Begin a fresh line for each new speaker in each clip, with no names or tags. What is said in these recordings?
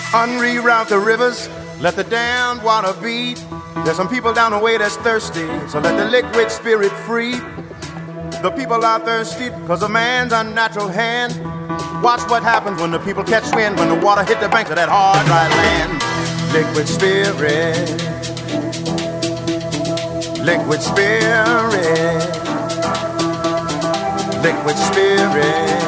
Unreroute the rivers, let the damned water be. There's some people down the way that's thirsty, so let the liquid spirit free. The people are thirsty because of man's unnatural hand. Watch what happens when the people catch wind, when the water hit the banks of that hard, dry land. Liquid spirit, liquid spirit, liquid spirit,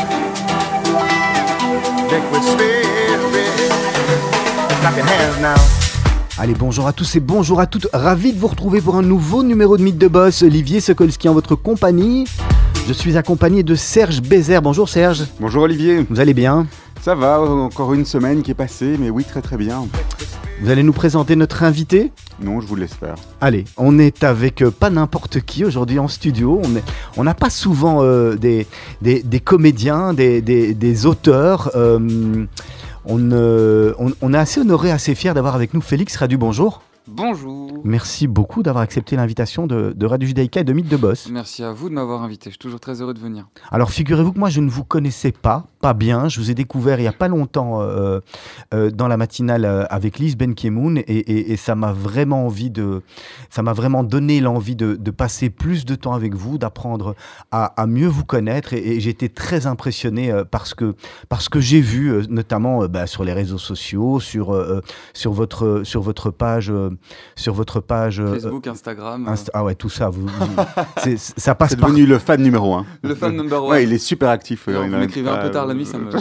liquid spirit. Clap your hands now.
Allez, bonjour à tous et bonjour à toutes. Ravi de vous retrouver pour un nouveau numéro de Mythe de Boss. Olivier Sokolski en votre compagnie. Je suis accompagné de Serge Bézère. Bonjour Serge.
Bonjour Olivier.
Vous allez bien ?
Ça va, encore une semaine qui est passée, mais oui, très très bien.
Vous allez nous présenter notre invité ?
Non, je vous laisse faire.
Allez, on est avec pas n'importe qui aujourd'hui en studio. On n'a pas souvent des comédiens, des auteurs. On est assez honoré, assez fier d'avoir avec nous Félix Radu. Bonjour.
Bonjour.
Merci beaucoup d'avoir accepté l'invitation de Radio Judaïka et de Mythe de Boss.
Merci à vous de m'avoir invité, je suis toujours très heureux de venir.
Alors figurez-vous que moi je ne vous connaissais pas bien. Je vous ai découvert il n'y a pas longtemps dans la matinale avec Lise Benkemoun et ça m'a vraiment donné l'envie de passer plus de temps avec vous, d'apprendre à mieux vous connaître et j'ai été très impressionné parce que j'ai vu notamment sur les réseaux sociaux, sur votre page
Facebook, Instagram.
Ah ouais, tout ça. Ça passe.
C'est devenu le fan numéro 1.
Le fan number 1.
Ouais, il est super actif.
Vous m'écrivez un peu tard la nuit, ça me.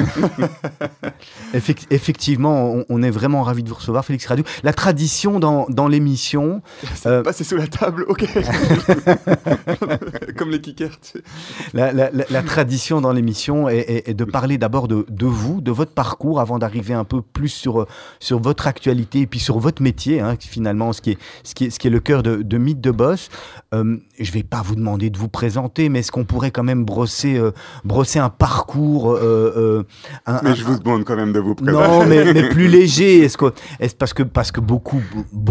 Effectivement, on est vraiment ravis de vous recevoir, Félix Radu. La tradition dans l'émission.
C'est passé sous la table, ok. Comme les kickers. Tu sais.
La tradition dans l'émission est de parler d'abord de vous, de votre parcours, avant d'arriver un peu plus sur votre actualité et puis sur votre métier, hein, finalement, ce qui est le cœur de Mythe de Boss. Je ne vais pas vous demander de vous présenter, mais est-ce qu'on pourrait quand même brosser un parcours
mais je vous demande quand même de vous présenter.
Non, mais plus léger. Parce que beaucoup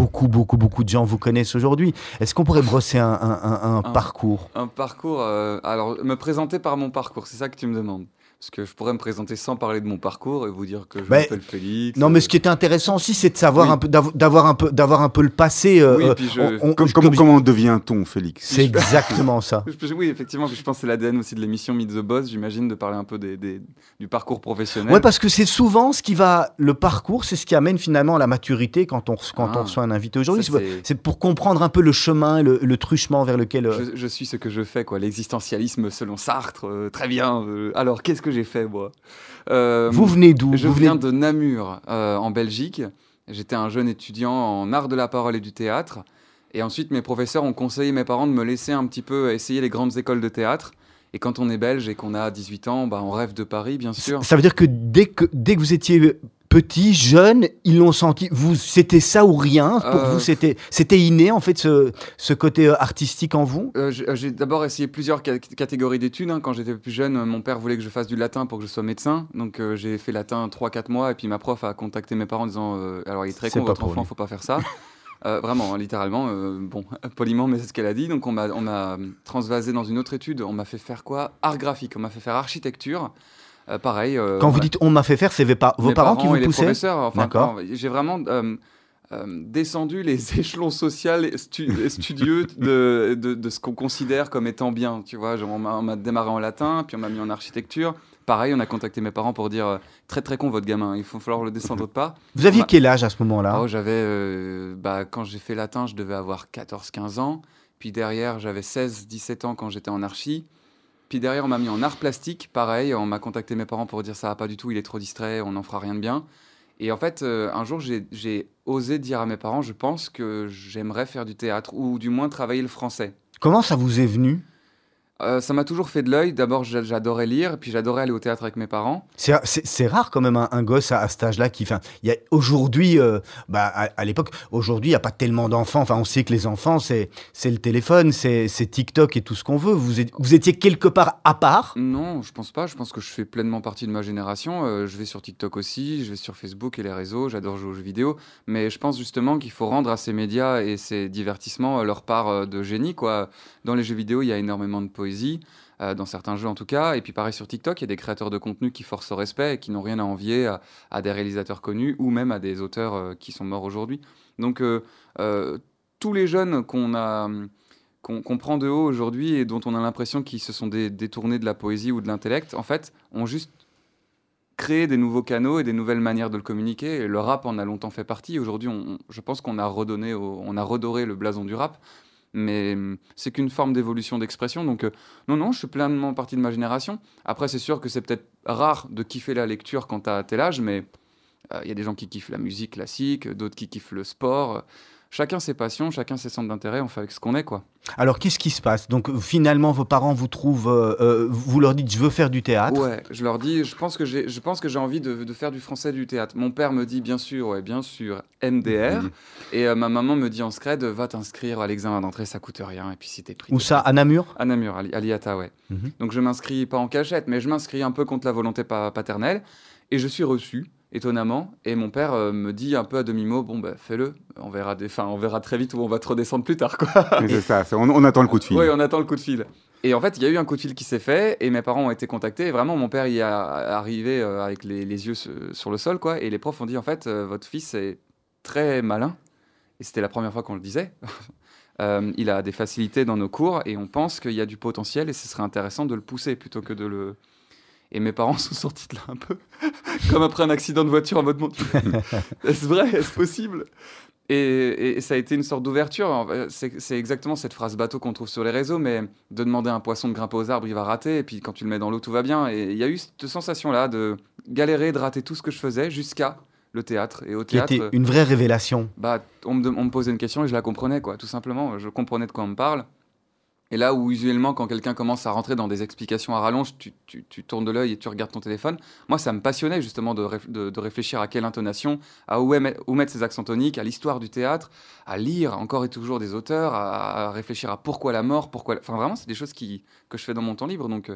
de gens vous connaissent aujourd'hui. Est-ce qu'on pourrait brosser un parcours ?
Un parcours. Alors, me présenter par mon parcours, c'est ça que tu me demandes. Parce que je pourrais me présenter sans parler de mon parcours et vous dire que je m'appelle Félix.
Non, mais ce qui était intéressant aussi, c'est de savoir un peu, d'avoir un peu le passé.
Oui, puis
comment devient-on, Félix ?
C'est exactement ça.
Oui, effectivement, je pense que c'est l'ADN aussi de l'émission Meet the Boss, j'imagine, de parler un peu du parcours professionnel.
Oui, parce que c'est souvent le parcours, c'est ce qui amène finalement à la maturité quand on reçoit un invité aujourd'hui. C'est pour comprendre un peu le chemin, le truchement vers lequel.
Je suis ce que je fais, quoi. L'existentialisme selon Sartre, très bien. Alors, qu'est-ce que j'ai fait, moi ?
Vous venez d'où ?
Je viens de Namur, en Belgique. J'étais un jeune étudiant en art de la parole et du théâtre. Et ensuite, mes professeurs ont conseillé mes parents de me laisser un petit peu essayer les grandes écoles de théâtre. Et quand on est belge et qu'on a 18 ans, on rêve de Paris, bien sûr.
Ça veut dire que dès que vous étiez petit, jeune, ils l'ont senti. C'était ça ou rien pour vous, c'était inné en fait ce côté artistique en vous.
J'ai d'abord essayé plusieurs catégories d'études. Hein. Quand j'étais plus jeune, mon père voulait que je fasse du latin pour que je sois médecin. Donc j'ai fait latin 3-4 mois et puis ma prof a contacté mes parents en disant alors il est très con votre enfant, faut pas faire ça. Vraiment, littéralement, poliment, mais c'est ce qu'elle a dit. Donc on m'a transvasé dans une autre étude. On m'a fait faire quoi ? Art graphique. On m'a fait faire architecture. Pareil.
Quand vous dites on m'a fait faire, c'est vos parents qui vous
et
poussaient ?
Les professeurs. Enfin,
d'accord.
J'ai vraiment descendu les échelons sociaux et studieux de ce qu'on considère comme étant bien. Tu vois, on m'a démarré en latin, puis on m'a mis en architecture. Pareil, on a contacté mes parents pour dire très très con votre gamin, il va falloir le descendre de part.
Vous aviez quel âge à ce moment-là ?
J'avais, quand j'ai fait latin, je devais avoir 14-15 ans. Puis derrière, j'avais 16-17 ans quand j'étais en archi. Puis derrière, on m'a mis en art plastique. Pareil, on m'a contacté mes parents pour dire ça va pas du tout, il est trop distrait, on n'en fera rien de bien. Et en fait, un jour, j'ai osé dire à mes parents, je pense que j'aimerais faire du théâtre ou du moins travailler le français.
Comment ça vous est venu ?
Ça m'a toujours fait de l'œil. D'abord, j'adorais lire, puis j'adorais aller au théâtre avec mes parents.
C'est rare quand même un gosse à cet âge-là qui... Aujourd'hui, à l'époque, aujourd'hui, il n'y a pas tellement d'enfants. Enfin, on sait que les enfants, c'est le téléphone, c'est TikTok et tout ce qu'on veut. Vous étiez quelque part à part ?
Non, je pense pas. Je pense que je fais pleinement partie de ma génération. Je vais sur TikTok aussi, je vais sur Facebook et les réseaux. J'adore jouer aux jeux vidéo. Mais je pense justement qu'il faut rendre à ces médias et ces divertissements leur part de génie, quoi. Dans les jeux vidéo, il y a énormément de poésie. dans certains jeux en tout cas. Et puis pareil sur TikTok, il y a des créateurs de contenu qui forcent au respect et qui n'ont rien à envier à des réalisateurs connus ou même à des auteurs qui sont morts aujourd'hui. Donc tous les jeunes qu'on prend de haut aujourd'hui et dont on a l'impression qu'ils se sont détournés de la poésie ou de l'intellect, en fait, ont juste créé des nouveaux canaux et des nouvelles manières de le communiquer. Et le rap en a longtemps fait partie. Aujourd'hui, je pense qu'on a redoré le blason du rap. Mais c'est qu'une forme d'évolution d'expression. Donc non, je suis pleinement partie de ma génération. Après, c'est sûr que c'est peut-être rare de kiffer la lecture quand t'as tel âge, mais il y a des gens qui kiffent la musique classique, d'autres qui kiffent le sport. Chacun ses passions, chacun ses centres d'intérêt, on fait avec ce qu'on est, quoi.
Alors, qu'est-ce qui se passe? Donc, finalement, vos parents vous trouvent... vous leur dites, je veux faire du théâtre.
Ouais, je leur dis, je pense que j'ai envie de faire du français et du théâtre. Mon père me dit, bien sûr, MDR. Et ma maman me dit en scred, va t'inscrire à l'examen d'entrée, ça coûte rien. Et puis si t'es pris...
Où ça? À Namur?
À Namur, à l'IATA, ouais. Donc, je m'inscris pas en cachette, mais je m'inscris un peu contre la volonté paternelle. Et je suis reçu. Étonnamment, et mon père me dit un peu à demi-mot, bon bah fais-le, on verra très vite où on va te redescendre plus tard, quoi.
C'est ça, on attend le coup de fil.
Oui, on attend le coup de fil. Et en fait, il y a eu un coup de fil qui s'est fait, et mes parents ont été contactés, et vraiment mon père y est arrivé avec les yeux sur le sol, quoi, et les profs ont dit, en fait, votre fils est très malin, et c'était la première fois qu'on le disait. Il a des facilités dans nos cours, et on pense qu'il y a du potentiel, et ce serait intéressant de le pousser plutôt que de le... Et mes parents sont sortis de là un peu, comme après un accident de voiture en mode est-ce vrai, est-ce possible? Et ça a été une sorte d'ouverture. C'est exactement cette phrase bateau qu'on trouve sur les réseaux, mais de demander à un poisson de grimper aux arbres, il va rater, et puis quand tu le mets dans l'eau, tout va bien. Et il y a eu cette sensation-là de galérer, de rater tout ce que je faisais jusqu'à le théâtre. Et au théâtre,
qui était une vraie révélation.
On me posait une question et je la comprenais, quoi, tout simplement. Je comprenais de quoi on me parle. Et là où usuellement, quand quelqu'un commence à rentrer dans des explications à rallonge, tu tournes de l'œil et tu regardes ton téléphone. Moi, ça me passionnait justement de réfléchir à quelle intonation, à où mettre ses accents toniques, à l'histoire du théâtre, à lire encore et toujours des auteurs, à réfléchir à pourquoi la mort, Enfin, vraiment, c'est des choses que je fais dans mon temps libre. Donc,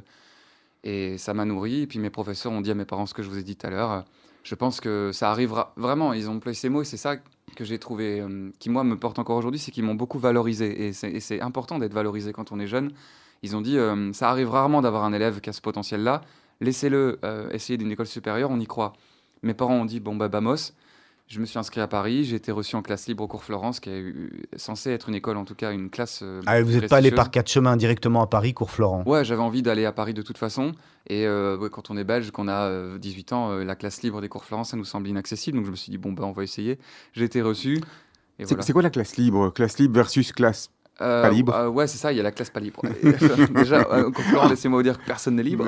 et ça m'a nourri. Et puis mes professeurs ont dit à mes parents ce que je vous ai dit tout à l'heure. Je pense que ça arrivera vraiment. Ils ont employé ces mots et c'est ça que j'ai trouvé, qui moi me porte encore aujourd'hui, c'est qu'ils m'ont beaucoup valorisé. Et c'est important d'être valorisé quand on est jeune. Ils ont dit, ça arrive rarement d'avoir un élève qui a ce potentiel-là. Laissez-le essayer d'une école supérieure, on y croit. Mes parents ont dit, bon bah vamos. Je me suis inscrit à Paris, j'ai été reçu en classe libre au cours Florence, qui est censé être une école, en tout cas une classe
vous n'êtes pas allé par 4 chemins directement à Paris, cours Florent?
Ouais, j'avais envie d'aller à Paris de toute façon. Et quand on est belge, qu'on a 18 ans, la classe libre des cours Florence, ça nous semble inaccessible. Donc je me suis dit, bon, on va essayer. J'ai été reçu.
C'est quoi la classe libre? Classe libre versus classe pas libre?
Ouais, c'est ça, il y a la classe pas libre. Déjà, au cours Florent, laissez-moi vous dire que personne n'est libre.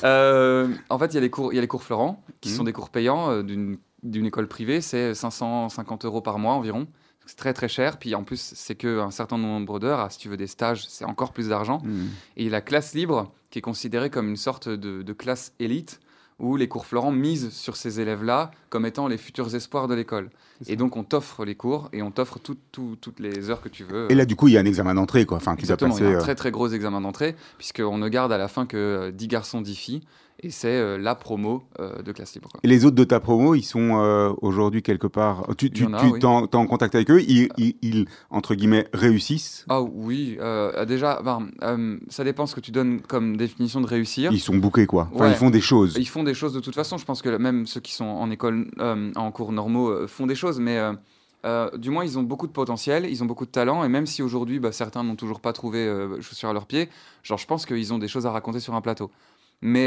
En fait, il y a les cours Florent, qui sont des cours payants d'une école privée, c'est 550 € par mois environ. C'est très très cher. Puis en plus, c'est qu'un certain nombre d'heures. Si tu veux des stages, c'est encore plus d'argent. Et la classe libre, qui est considérée comme une sorte de classe élite, où les cours Florent misent sur ces élèves-là comme étant les futurs espoirs de l'école. Et donc, on t'offre les cours et on t'offre toutes les heures que tu veux.
Et là, du coup, il y a un examen d'entrée, quoi. Enfin,
exactement, il y a un très très gros examen d'entrée, puisqu'on ne garde à la fin que 10 garçons, 10 filles. Et c'est la promo de classe libre, quoi. Et
les autres de ta promo, ils sont aujourd'hui quelque part... Tu t'es en contact avec eux, ils, entre guillemets, réussissent?
Ah oui, déjà, ça dépend ce que tu donnes comme définition de réussir.
Ils sont bookés, quoi. Enfin, ouais. Ils font des choses.
Ils font des choses de toute façon. Je pense que même ceux qui sont en école, en cours normaux, font des choses, mais... du moins, ils ont beaucoup de potentiel, ils ont beaucoup de talent, et même si aujourd'hui, certains n'ont toujours pas trouvé chaussures à leurs pieds, je pense qu'ils ont des choses à raconter sur un plateau. Mais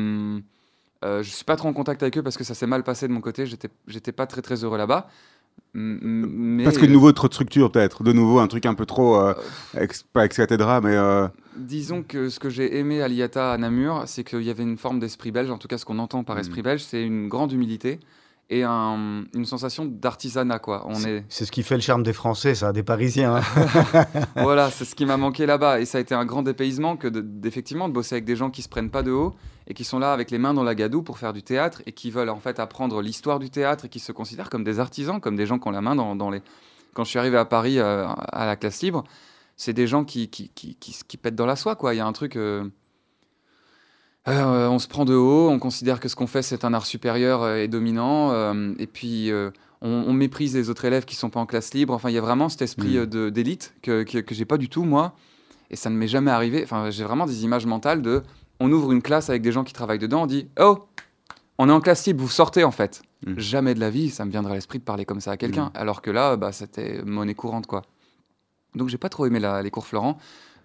je suis pas trop en contact avec eux parce que ça s'est mal passé de mon côté. J'étais pas très très heureux là-bas. Mais
parce que de nouveau trop de structure peut-être, de nouveau un truc un peu trop pas ex-cathédra, mais
disons que ce que j'ai aimé à l'IATA à Namur, c'est qu'il y avait une forme d'esprit belge. En tout cas, ce qu'on entend par esprit belge, c'est une grande humilité et une sensation d'artisanat, quoi.
C'est ce qui fait le charme des Français, ça, des Parisiens.
Voilà, c'est ce qui m'a manqué là-bas. Et ça a été un grand dépaysement que d'effectivement de bosser avec des gens qui se prennent pas de haut et qui sont là avec les mains dans la gadoue pour faire du théâtre et qui veulent en fait apprendre l'histoire du théâtre et qui se considèrent comme des artisans, comme des gens qui ont la main dans les... Quand je suis arrivé à Paris à la classe libre, c'est des gens qui pètent dans la soie, quoi. Il y a un truc... on se prend de haut, on considère que ce qu'on fait c'est un art supérieur et dominant, et puis on méprise les autres élèves qui sont pas en classe libre. Enfin, il y a vraiment cet esprit d'élite que j'ai pas du tout moi. Et ça ne m'est jamais arrivé. Enfin, j'ai vraiment des images mentales de... On ouvre une classe avec des gens qui travaillent dedans, on dit « Oh, on est en classe libre, vous sortez en fait ». Jamais de la vie, ça me viendrait à l'esprit de parler comme ça à quelqu'un. Alors que là, c'était monnaie courante, quoi. Donc, j'ai pas trop aimé les cours Florent.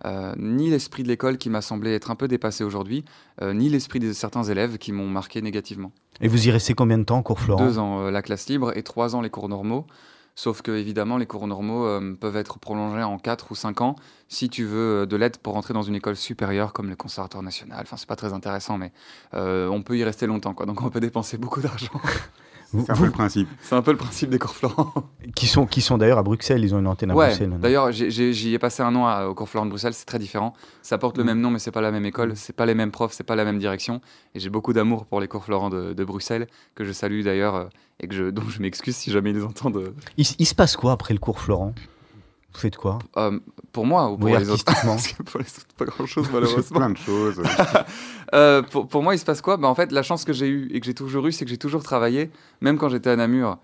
Ni l'esprit de l'école qui m'a semblé être un peu dépassé aujourd'hui, ni l'esprit de certains élèves qui m'ont marqué négativement.
Et vous y restez combien de temps, cours Florent ?
2 ans la classe libre et 3 ans les cours normaux. Sauf que, évidemment, les cours normaux peuvent être prolongés en 4 ou 5 ans si tu veux de l'aide pour entrer dans une école supérieure comme le Conservatoire national. Enfin, c'est pas très intéressant, mais on peut y rester longtemps, quoi. Donc, on peut dépenser beaucoup d'argent.
C'est un peu le principe.
C'est un peu le principe des cours Florent.
Qui sont d'ailleurs à Bruxelles, ils ont une antenne à Bruxelles.
D'ailleurs, j'y ai passé 1 an au cours Florent de Bruxelles, c'est très différent. Ça porte le même nom, mais c'est pas la même école, c'est pas les mêmes profs, c'est pas la même direction. Et j'ai beaucoup d'amour pour les cours Florent de Bruxelles, que je salue d'ailleurs, et dont je m'excuse si jamais ils les entendent.
Il se passe quoi après le cours Florent ? Vous faites quoi ?
Pour moi ou pour les autres ? Parce que pour les autres, pas grand-chose malheureusement.
Plein de choses.
Pour moi, il se passe quoi ? En fait, la chance que j'ai eue et que j'ai toujours eue, c'est que j'ai toujours travaillé, même quand j'étais à Namur.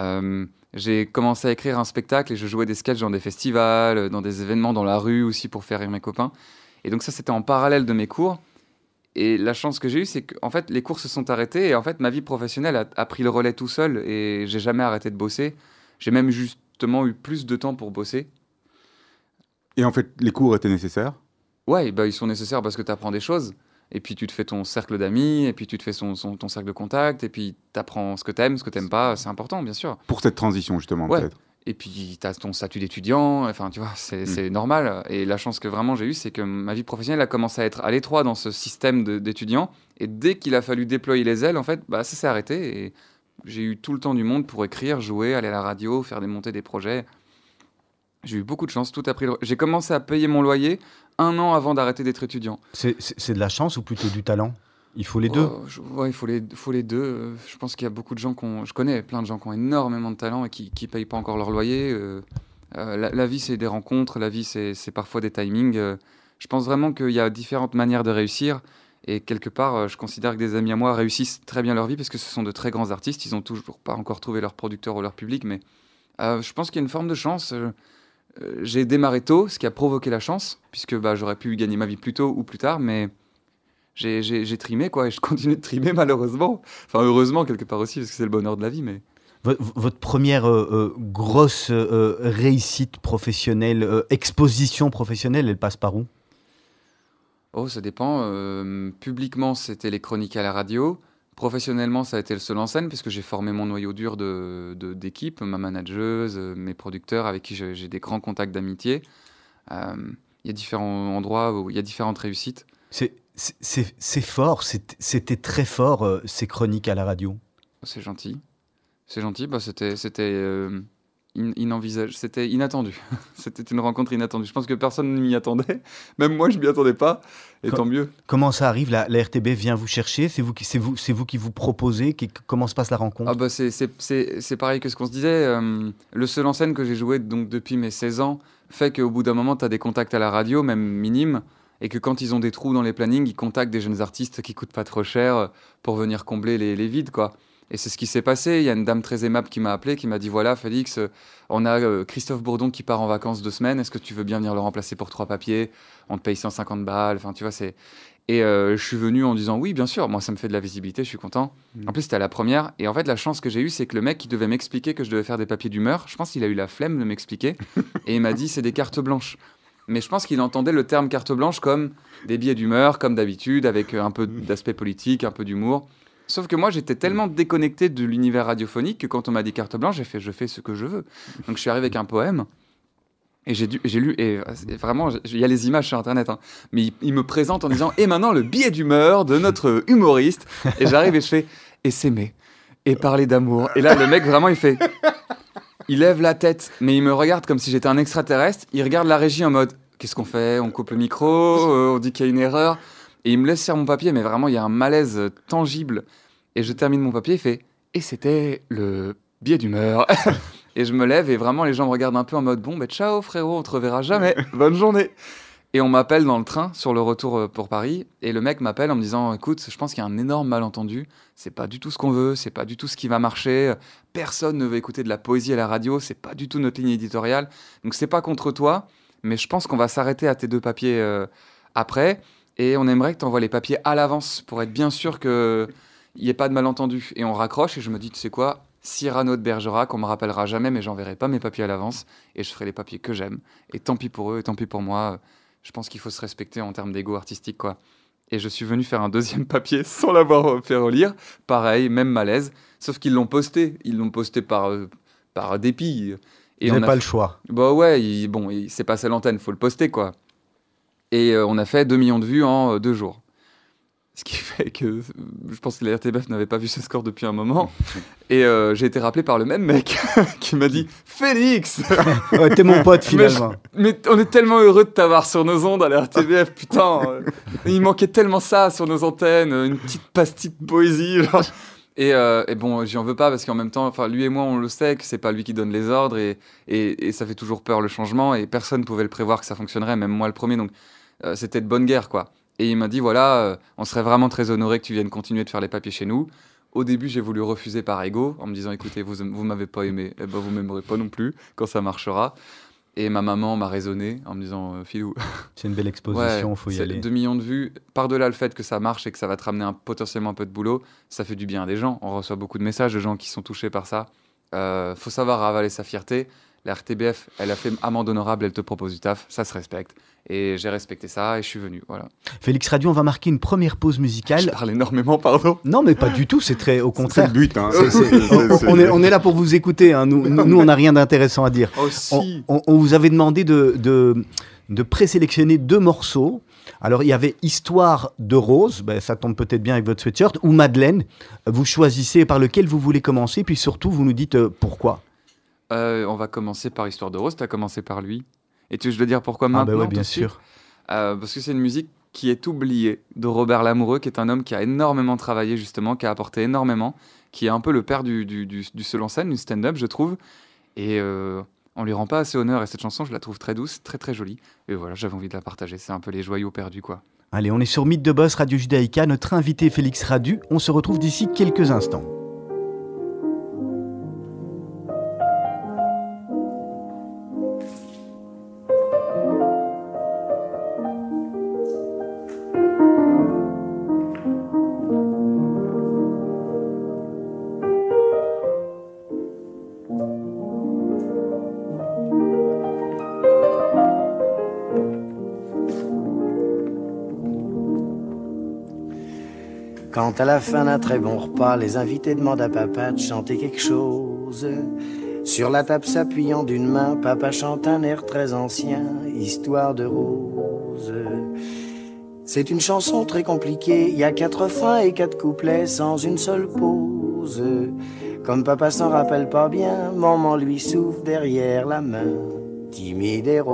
J'ai commencé à écrire un spectacle et je jouais des sketchs dans des festivals, dans des événements dans la rue aussi pour faire rire mes copains. Et donc ça, c'était en parallèle de mes cours. Et la chance que j'ai eue, c'est qu'en fait, les cours se sont arrêtés et en fait, ma vie professionnelle a pris le relais tout seul et j'ai jamais arrêté de bosser. J'ai même justement eu plus de temps pour bosser.
Et en fait, les cours étaient nécessaires ?
Ouais, ils sont nécessaires parce que tu apprends des choses. Et puis tu te fais ton cercle d'amis, et puis tu te fais ton cercle de contact, et puis tu apprends ce que tu aimes, ce que tu n'aimes pas. C'est important, bien sûr.
Pour cette transition, justement, peut-être.
Et puis tu as ton statut d'étudiant. Enfin, tu vois, c'est normal. Et la chance que vraiment j'ai eue, c'est que ma vie professionnelle a commencé à être à l'étroit dans ce système d'étudiant. Et dès qu'il a fallu déployer les ailes, en fait, ça s'est arrêté. Et j'ai eu tout le temps du monde pour écrire, jouer, aller à la radio, faire monter des projets. J'ai eu beaucoup de chance, tout a pris. J'ai commencé à payer mon loyer 1 an avant d'arrêter d'être étudiant.
C'est de la chance ou plutôt du talent ? Il faut les deux.
Il faut les deux. Je pense qu'il y a beaucoup de gens je connais plein de gens qui ont énormément de talent et qui payent pas encore leur loyer. La vie, c'est des rencontres. La vie, c'est parfois des timings. Je pense vraiment qu'il y a différentes manières de réussir. Et quelque part, je considère que des amis à moi réussissent très bien leur vie parce que ce sont de très grands artistes. Ils n'ont toujours pas encore trouvé leur producteur ou leur public. Mais je pense qu'il y a une forme de chance. J'ai démarré tôt, ce qui a provoqué la chance, puisque j'aurais pu gagner ma vie plus tôt ou plus tard, mais j'ai trimé, quoi, et je continue de trimer, malheureusement. Enfin, heureusement, quelque part aussi, parce que c'est le bonheur de la vie, mais...
Votre première grosse réussite professionnelle, exposition professionnelle, elle passe par où ?
Oh, ça dépend. Publiquement, c'était les chroniques à la radio. Professionnellement, ça a été le seul en scène, puisque j'ai formé mon noyau dur d'équipe, ma manageuse, mes producteurs, avec qui j'ai des grands contacts d'amitié. Il y a différents endroits où il y a différentes réussites.
C'est fort, c'était très fort, ces chroniques à la radio.
C'est gentil. C'était c'était inattendu. C'était une rencontre inattendue. Je pense que personne ne m'y attendait. Même moi, je m'y attendais pas. Et tant mieux.
Comment ça arrive ? La RTB vient vous chercher ? C'est vous qui vous proposez ? Comment se passe la rencontre ?
C'est pareil que ce qu'on se disait. Le seul en scène que j'ai joué donc, depuis mes 16 ans fait qu'au bout d'un moment, tu as des contacts à la radio, même minimes, et que quand ils ont des trous dans les plannings, ils contactent des jeunes artistes qui coûtent pas trop cher pour venir combler les vides, quoi. Et c'est ce qui s'est passé. Il y a une dame très aimable qui m'a appelé, qui m'a dit « Voilà, Félix, on a Christophe Bourdon qui part en vacances 2 semaines. Est-ce que tu veux bien venir le remplacer pour 3 papiers ? On te paye 150 balles. » Enfin, tu vois, c'est... Et je suis venu en disant « Oui, bien sûr. Moi, ça me fait de la visibilité. Je suis content. » En plus, c'était à la première. Et en fait, la chance que j'ai eue, c'est que le mec qui devait m'expliquer que je devais faire des papiers d'humeur, je pense qu'il a eu la flemme de m'expliquer. Et il m'a dit « C'est des cartes blanches. » Mais je pense qu'il entendait le terme carte blanche comme des billets d'humeur, comme d'habitude, avec un peu d'aspect politique, un peu d'humour. Sauf que moi, j'étais tellement déconnecté de l'univers radiophonique que quand on m'a dit carte blanche, j'ai fait « je fais ce que je veux ». Donc je suis arrivé avec un poème et j'ai lu, et vraiment, il y a les images sur Internet, hein, mais il me présente en disant « et maintenant le billet d'humeur de notre humoriste ». Et j'arrive et je fais « et s'aimer, et parler d'amour ». Et là, le mec, vraiment, il lève la tête, mais il me regarde comme si j'étais un extraterrestre. Il regarde la régie en mode « qu'est-ce qu'on fait ? On coupe le micro, on dit qu'il y a une erreur ». Et il me laisse faire mon papier, mais vraiment, il y a un malaise tangible. Et je termine mon papier, il fait « et c'était le billet d'humeur ». Et je me lève et vraiment, les gens me regardent un peu en mode « bon, ciao frérot, on te reverra jamais, bonne journée ». Et on m'appelle dans le train sur le retour pour Paris. Et le mec m'appelle en me disant « écoute, je pense qu'il y a un énorme malentendu. C'est pas du tout ce qu'on veut, c'est pas du tout ce qui va marcher. Personne ne veut écouter de la poésie à la radio, c'est pas du tout notre ligne éditoriale. Donc c'est pas contre toi. mais je pense qu'on va s'arrêter à tes 2 papiers après, et on aimerait que tu envoies les papiers à l'avance pour être bien sûr qu'il n'y ait pas de malentendu. Et on raccroche, et je me dis, tu sais quoi, Cyrano de Bergerac, on me rappellera jamais, mais j'enverrai pas mes papiers à l'avance, et je ferai les papiers que j'aime. Et tant pis pour eux, et tant pis pour moi. Je pense qu'il faut se respecter en termes d'ego artistique, quoi. Et je suis venu faire un 2e papier sans l'avoir fait relire. Pareil, même malaise. Sauf qu'ils l'ont posté. Ils l'ont posté par dépit.
Et on n'a pas le choix.
Bah ouais, il s'est passé l'antenne, faut le poster, quoi. Et on a fait 2 millions de vues en 2 jours. Ce qui fait que je pense que la RTBF n'avait pas vu ce score depuis un moment. Et j'ai été rappelé par le même mec qui m'a dit « Félix !»
Ouais, t'es mon pote finalement.
Mais on est tellement heureux de t'avoir sur nos ondes à la RTBF, putain. Il manquait tellement ça sur nos antennes, une petite pastille de poésie. Genre. Et bon, j'y en veux pas parce qu'en même temps, lui et moi, on le sait que c'est pas lui qui donne les ordres et ça fait toujours peur le changement et personne ne pouvait le prévoir que ça fonctionnerait, même moi le premier. Donc c'était de bonne guerre, quoi. Et il m'a dit, voilà, on serait vraiment très honoré que tu viennes continuer de faire les papiers chez nous. Au début, j'ai voulu refuser par ego, en me disant, écoutez, vous m'avez pas aimé, eh ben, vous m'aimerez pas non plus quand ça marchera. Et ma maman m'a raisonné en me disant, Philou...
C'est une belle exposition,
ouais,
faut y aller.
2 millions de vues, par-delà le fait que ça marche et que ça va te ramener potentiellement un peu de boulot, ça fait du bien à des gens. On reçoit beaucoup de messages de gens qui sont touchés par ça. Faut savoir avaler sa fierté. La RTBF, elle a fait amende honorable, elle te propose du taf, ça se respecte. Et j'ai respecté ça et je suis venu, voilà.
Félix Radio, on va marquer une première pause musicale.
Je parle énormément, pardon.
Non, mais pas du tout, c'est très au contraire.
C'est le but. Hein.
On est là pour vous écouter, hein. Nous on n'a rien d'intéressant à dire.
Oh, si.
On vous avait demandé de présélectionner 2 morceaux. Alors, il y avait Histoire de Rose, ça tombe peut-être bien avec votre sweatshirt, ou Madeleine. Vous choisissez par lequel vous voulez commencer, puis surtout, vous nous dites pourquoi.
On va commencer par Histoire de Rose, tu as commencé par lui. Et je dois dire pourquoi maintenant,
ouais, bien sûr.
Parce que c'est une musique qui est oubliée de Robert Lamoureux, qui est un homme qui a énormément travaillé, justement, qui a apporté énormément, qui est un peu le père du seul en scène, du stand-up, je trouve. Et on lui rend pas assez honneur. Et cette chanson, je la trouve très douce, très très jolie. Et voilà, j'avais envie de la partager. C'est un peu les joyaux perdus, quoi.
Allez, on est sur Mythe de Boss, Radio Judaïka. Notre invité Félix Radu. On se retrouve d'ici quelques instants.
Quand à la fin d'un très bon repas, les invités demandent à papa de chanter quelque chose. Sur la table s'appuyant d'une main, papa chante un air très ancien, Histoire de Rose. C'est une chanson très compliquée, il y a 4 fins et 4 couplets sans une seule pause. Comme papa s'en rappelle pas bien, maman lui souffle derrière la main, timide et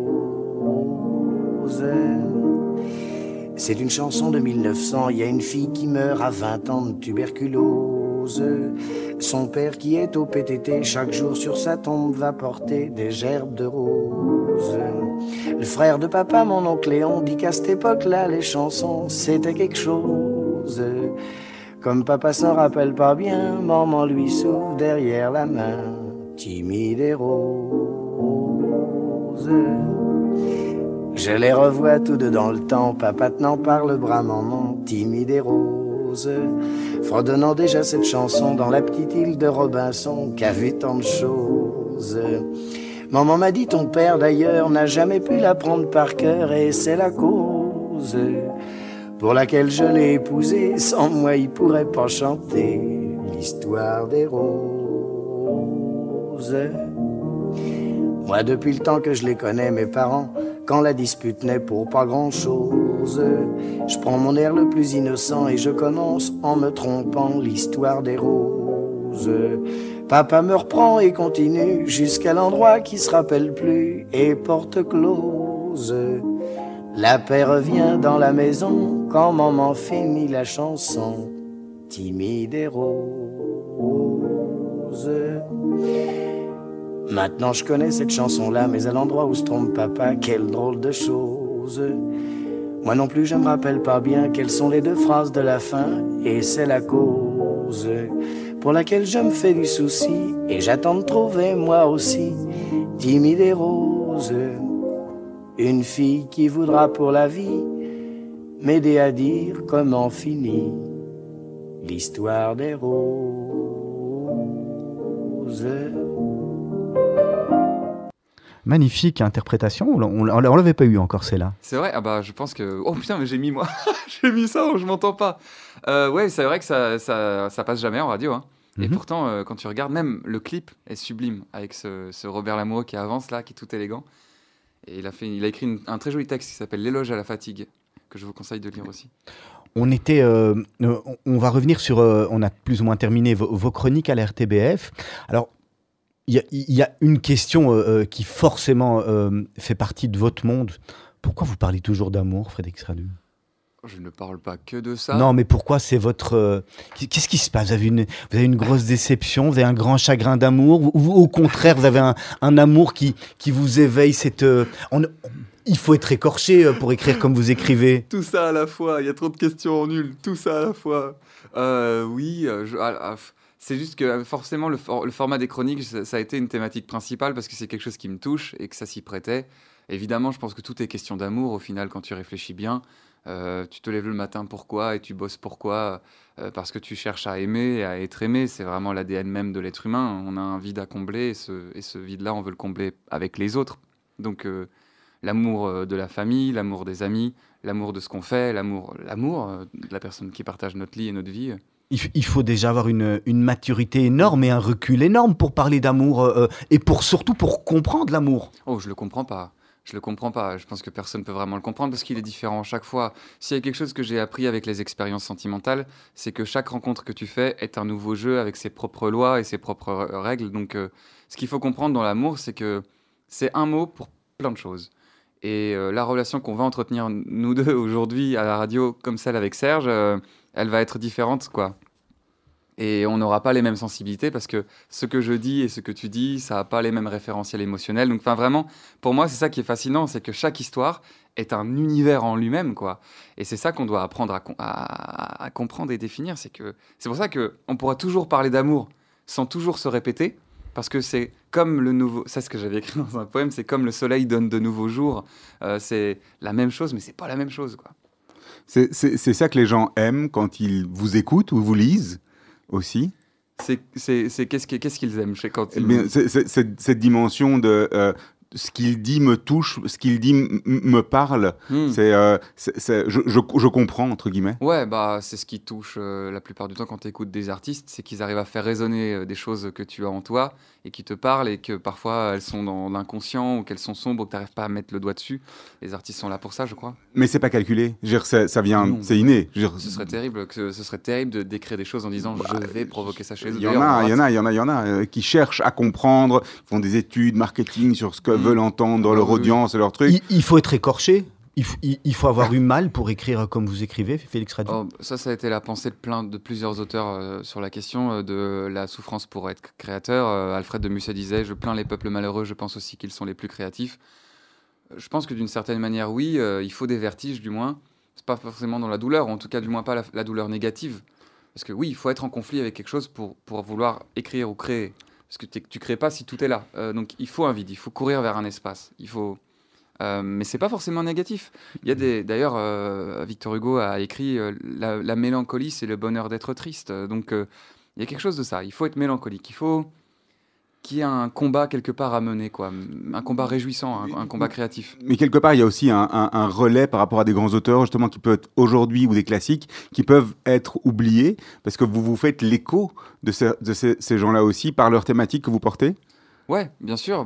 rose. C'est une chanson de 1900, il y a une fille qui meurt à 20 ans de tuberculose. Son père qui est au PTT, chaque jour sur sa tombe va porter des gerbes de roses. Le frère de papa, mon oncle Léon, dit qu'à cette époque-là, les chansons, c'était quelque chose. Comme papa s'en rappelle pas bien, maman lui souffle derrière la main, timide et rose. Je les revois tous deux dans le temps, papa tenant par le bras maman, timide et rose, fredonnant déjà cette chanson dans la petite île de Robinson qui a vu tant de choses. Maman m'a dit ton père d'ailleurs n'a jamais pu l'apprendre par cœur et c'est la cause pour laquelle je l'ai épousé, sans moi il pourrait pas chanter l'histoire des roses. Moi depuis le temps que je les connais, mes parents, quand la dispute naît pour pas grand-chose, je prends mon air le plus innocent et je commence en me trompant l'histoire des roses. Papa me reprend et continue jusqu'à l'endroit qui se rappelle plus et porte close. La paix revient dans la maison quand maman finit la chanson, timide et rose. Maintenant je connais cette chanson-là, mais à l'endroit où se trompe papa, quelle drôle de chose. Moi non plus je me rappelle pas bien quelles sont les 2 phrases de la fin, et c'est la cause pour laquelle je me fais du souci, et j'attends de trouver moi aussi, timide et rose, Une fille qui voudra pour la vie m'aider à dire comment finit l'histoire des roses.
Magnifique interprétation, on l'avait pas eu encore celle-là.
C'est vrai, ah bah je pense que... Oh putain, mais j'ai mis moi, j'ai mis ça, je m'entends pas. Ouais, c'est vrai que ça passe jamais en radio, hein. Et pourtant, quand tu regardes, même le clip est sublime, avec ce Robert Lamoureux qui avance là, qui est tout élégant. Et il a écrit un très joli texte qui s'appelle L'éloge à la fatigue, que je vous conseille de lire aussi.
On va revenir sur, on a plus ou moins terminé vos chroniques à la RTBF. Alors, il y a une question qui forcément fait partie de votre monde. Pourquoi vous parlez toujours d'amour, Frédéric Sradu ?
Je ne parle pas que de ça.
Non, mais pourquoi c'est votre... Qu'est-ce qui se passe ? Vous avez une grosse déception ? Vous avez un grand chagrin d'amour ? Ou au contraire, vous avez un amour qui vous éveille cette... Il faut être écorché pour écrire comme vous écrivez.
Tout ça à la fois. Il y a trop de questions nulles. Tout ça à la fois. Oui, c'est juste que forcément, le format des chroniques, ça a été une thématique principale parce que c'est quelque chose qui me touche et que ça s'y prêtait. Évidemment, je pense que tout est question d'amour au final quand tu réfléchis bien. Tu te lèves le matin pourquoi et tu bosses pourquoi parce que tu cherches à aimer et à être aimé. C'est vraiment l'ADN même de l'être humain. On a un vide à combler et ce vide-là, on veut le combler avec les autres. Donc l'amour de la famille, l'amour des amis, l'amour de ce qu'on fait, l'amour de la personne qui partage notre lit et notre vie.
Il faut déjà avoir une maturité énorme et un recul énorme pour parler d'amour et surtout pour comprendre l'amour.
Oh, je le comprends pas. Je pense que personne ne peut vraiment le comprendre parce qu'il est différent à chaque fois. S'il y a quelque chose que j'ai appris avec les expériences sentimentales, c'est que chaque rencontre que tu fais est un nouveau jeu avec ses propres lois et ses propres règles. Donc, ce qu'il faut comprendre dans l'amour, c'est que c'est un mot pour plein de choses. Et la relation qu'on va entretenir, nous deux, aujourd'hui, à la radio, comme celle avec Serge, elle va être différente, quoi. Et on n'aura pas les mêmes sensibilités parce que ce que je dis et ce que tu dis, ça n'a pas les mêmes référentiels émotionnels. Donc, vraiment, pour moi, c'est ça qui est fascinant, c'est que chaque histoire est un univers en lui-même, quoi. Et c'est ça qu'on doit apprendre à comprendre et définir. C'est pour ça qu'on pourra toujours parler d'amour sans toujours se répéter, parce que c'est comme le nouveau... Ça, c'est ce que j'avais écrit dans un poème, c'est comme le soleil donne de nouveaux jours. C'est la même chose, mais c'est pas la même chose, quoi.
C'est ça que les gens aiment quand ils vous écoutent ou vous lisent aussi.
C'est qu'est-ce qu'ils aiment chez quand
cette dimension de ce qu'il dit me touche, ce qu'il dit me parle. Je comprends, entre guillemets.
Ouais, bah c'est ce qui touche la plupart du temps quand tu écoutes des artistes, c'est qu'ils arrivent à faire résonner des choses que tu as en toi et qui te parlent et que parfois elles sont dans l'inconscient ou qu'elles sont sombres ou que tu n'arrives pas à mettre le doigt dessus. Les artistes sont là pour ça, je crois.
Mais c'est pas calculé. Je veux dire, ça vient, c'est inné.
Ce serait terrible de d'écrire des choses en disant je vais provoquer ça chez eux.
Il y en a qui cherchent à comprendre, font des études marketing sur ce que veulent entendre leur audience et leur truc.
Il faut être écorché. Il faut avoir eu mal pour écrire comme vous écrivez, Félix Sradu.
Ça a été la pensée de plusieurs auteurs sur la question de la souffrance pour être créateur. Alfred de Musset disait « Je plains les peuples malheureux, je pense aussi qu'ils sont les plus créatifs ». Je pense que d'une certaine manière, oui, il faut des vertiges du moins. C'est pas forcément dans la douleur, en tout cas du moins pas la douleur négative. Parce que oui, il faut être en conflit avec quelque chose pour vouloir écrire ou créer. Parce que tu crées pas si tout est là. Donc il faut un vide, il faut courir vers un espace. Mais c'est pas forcément négatif. Il y a d'ailleurs, Victor Hugo a écrit la mélancolie, c'est le bonheur d'être triste. Donc il y a quelque chose de ça. Il faut être mélancolique. Il faut qu'il y ait un combat quelque part à mener, quoi. Un combat réjouissant, un combat créatif.
Mais quelque part, il y a aussi un relais par rapport à des grands auteurs, justement, qui peuvent être aujourd'hui, ou des classiques, qui peuvent être oubliés, parce que vous faites l'écho de ces gens-là aussi, par leur thématique que vous portez.
Ouais, bien sûr.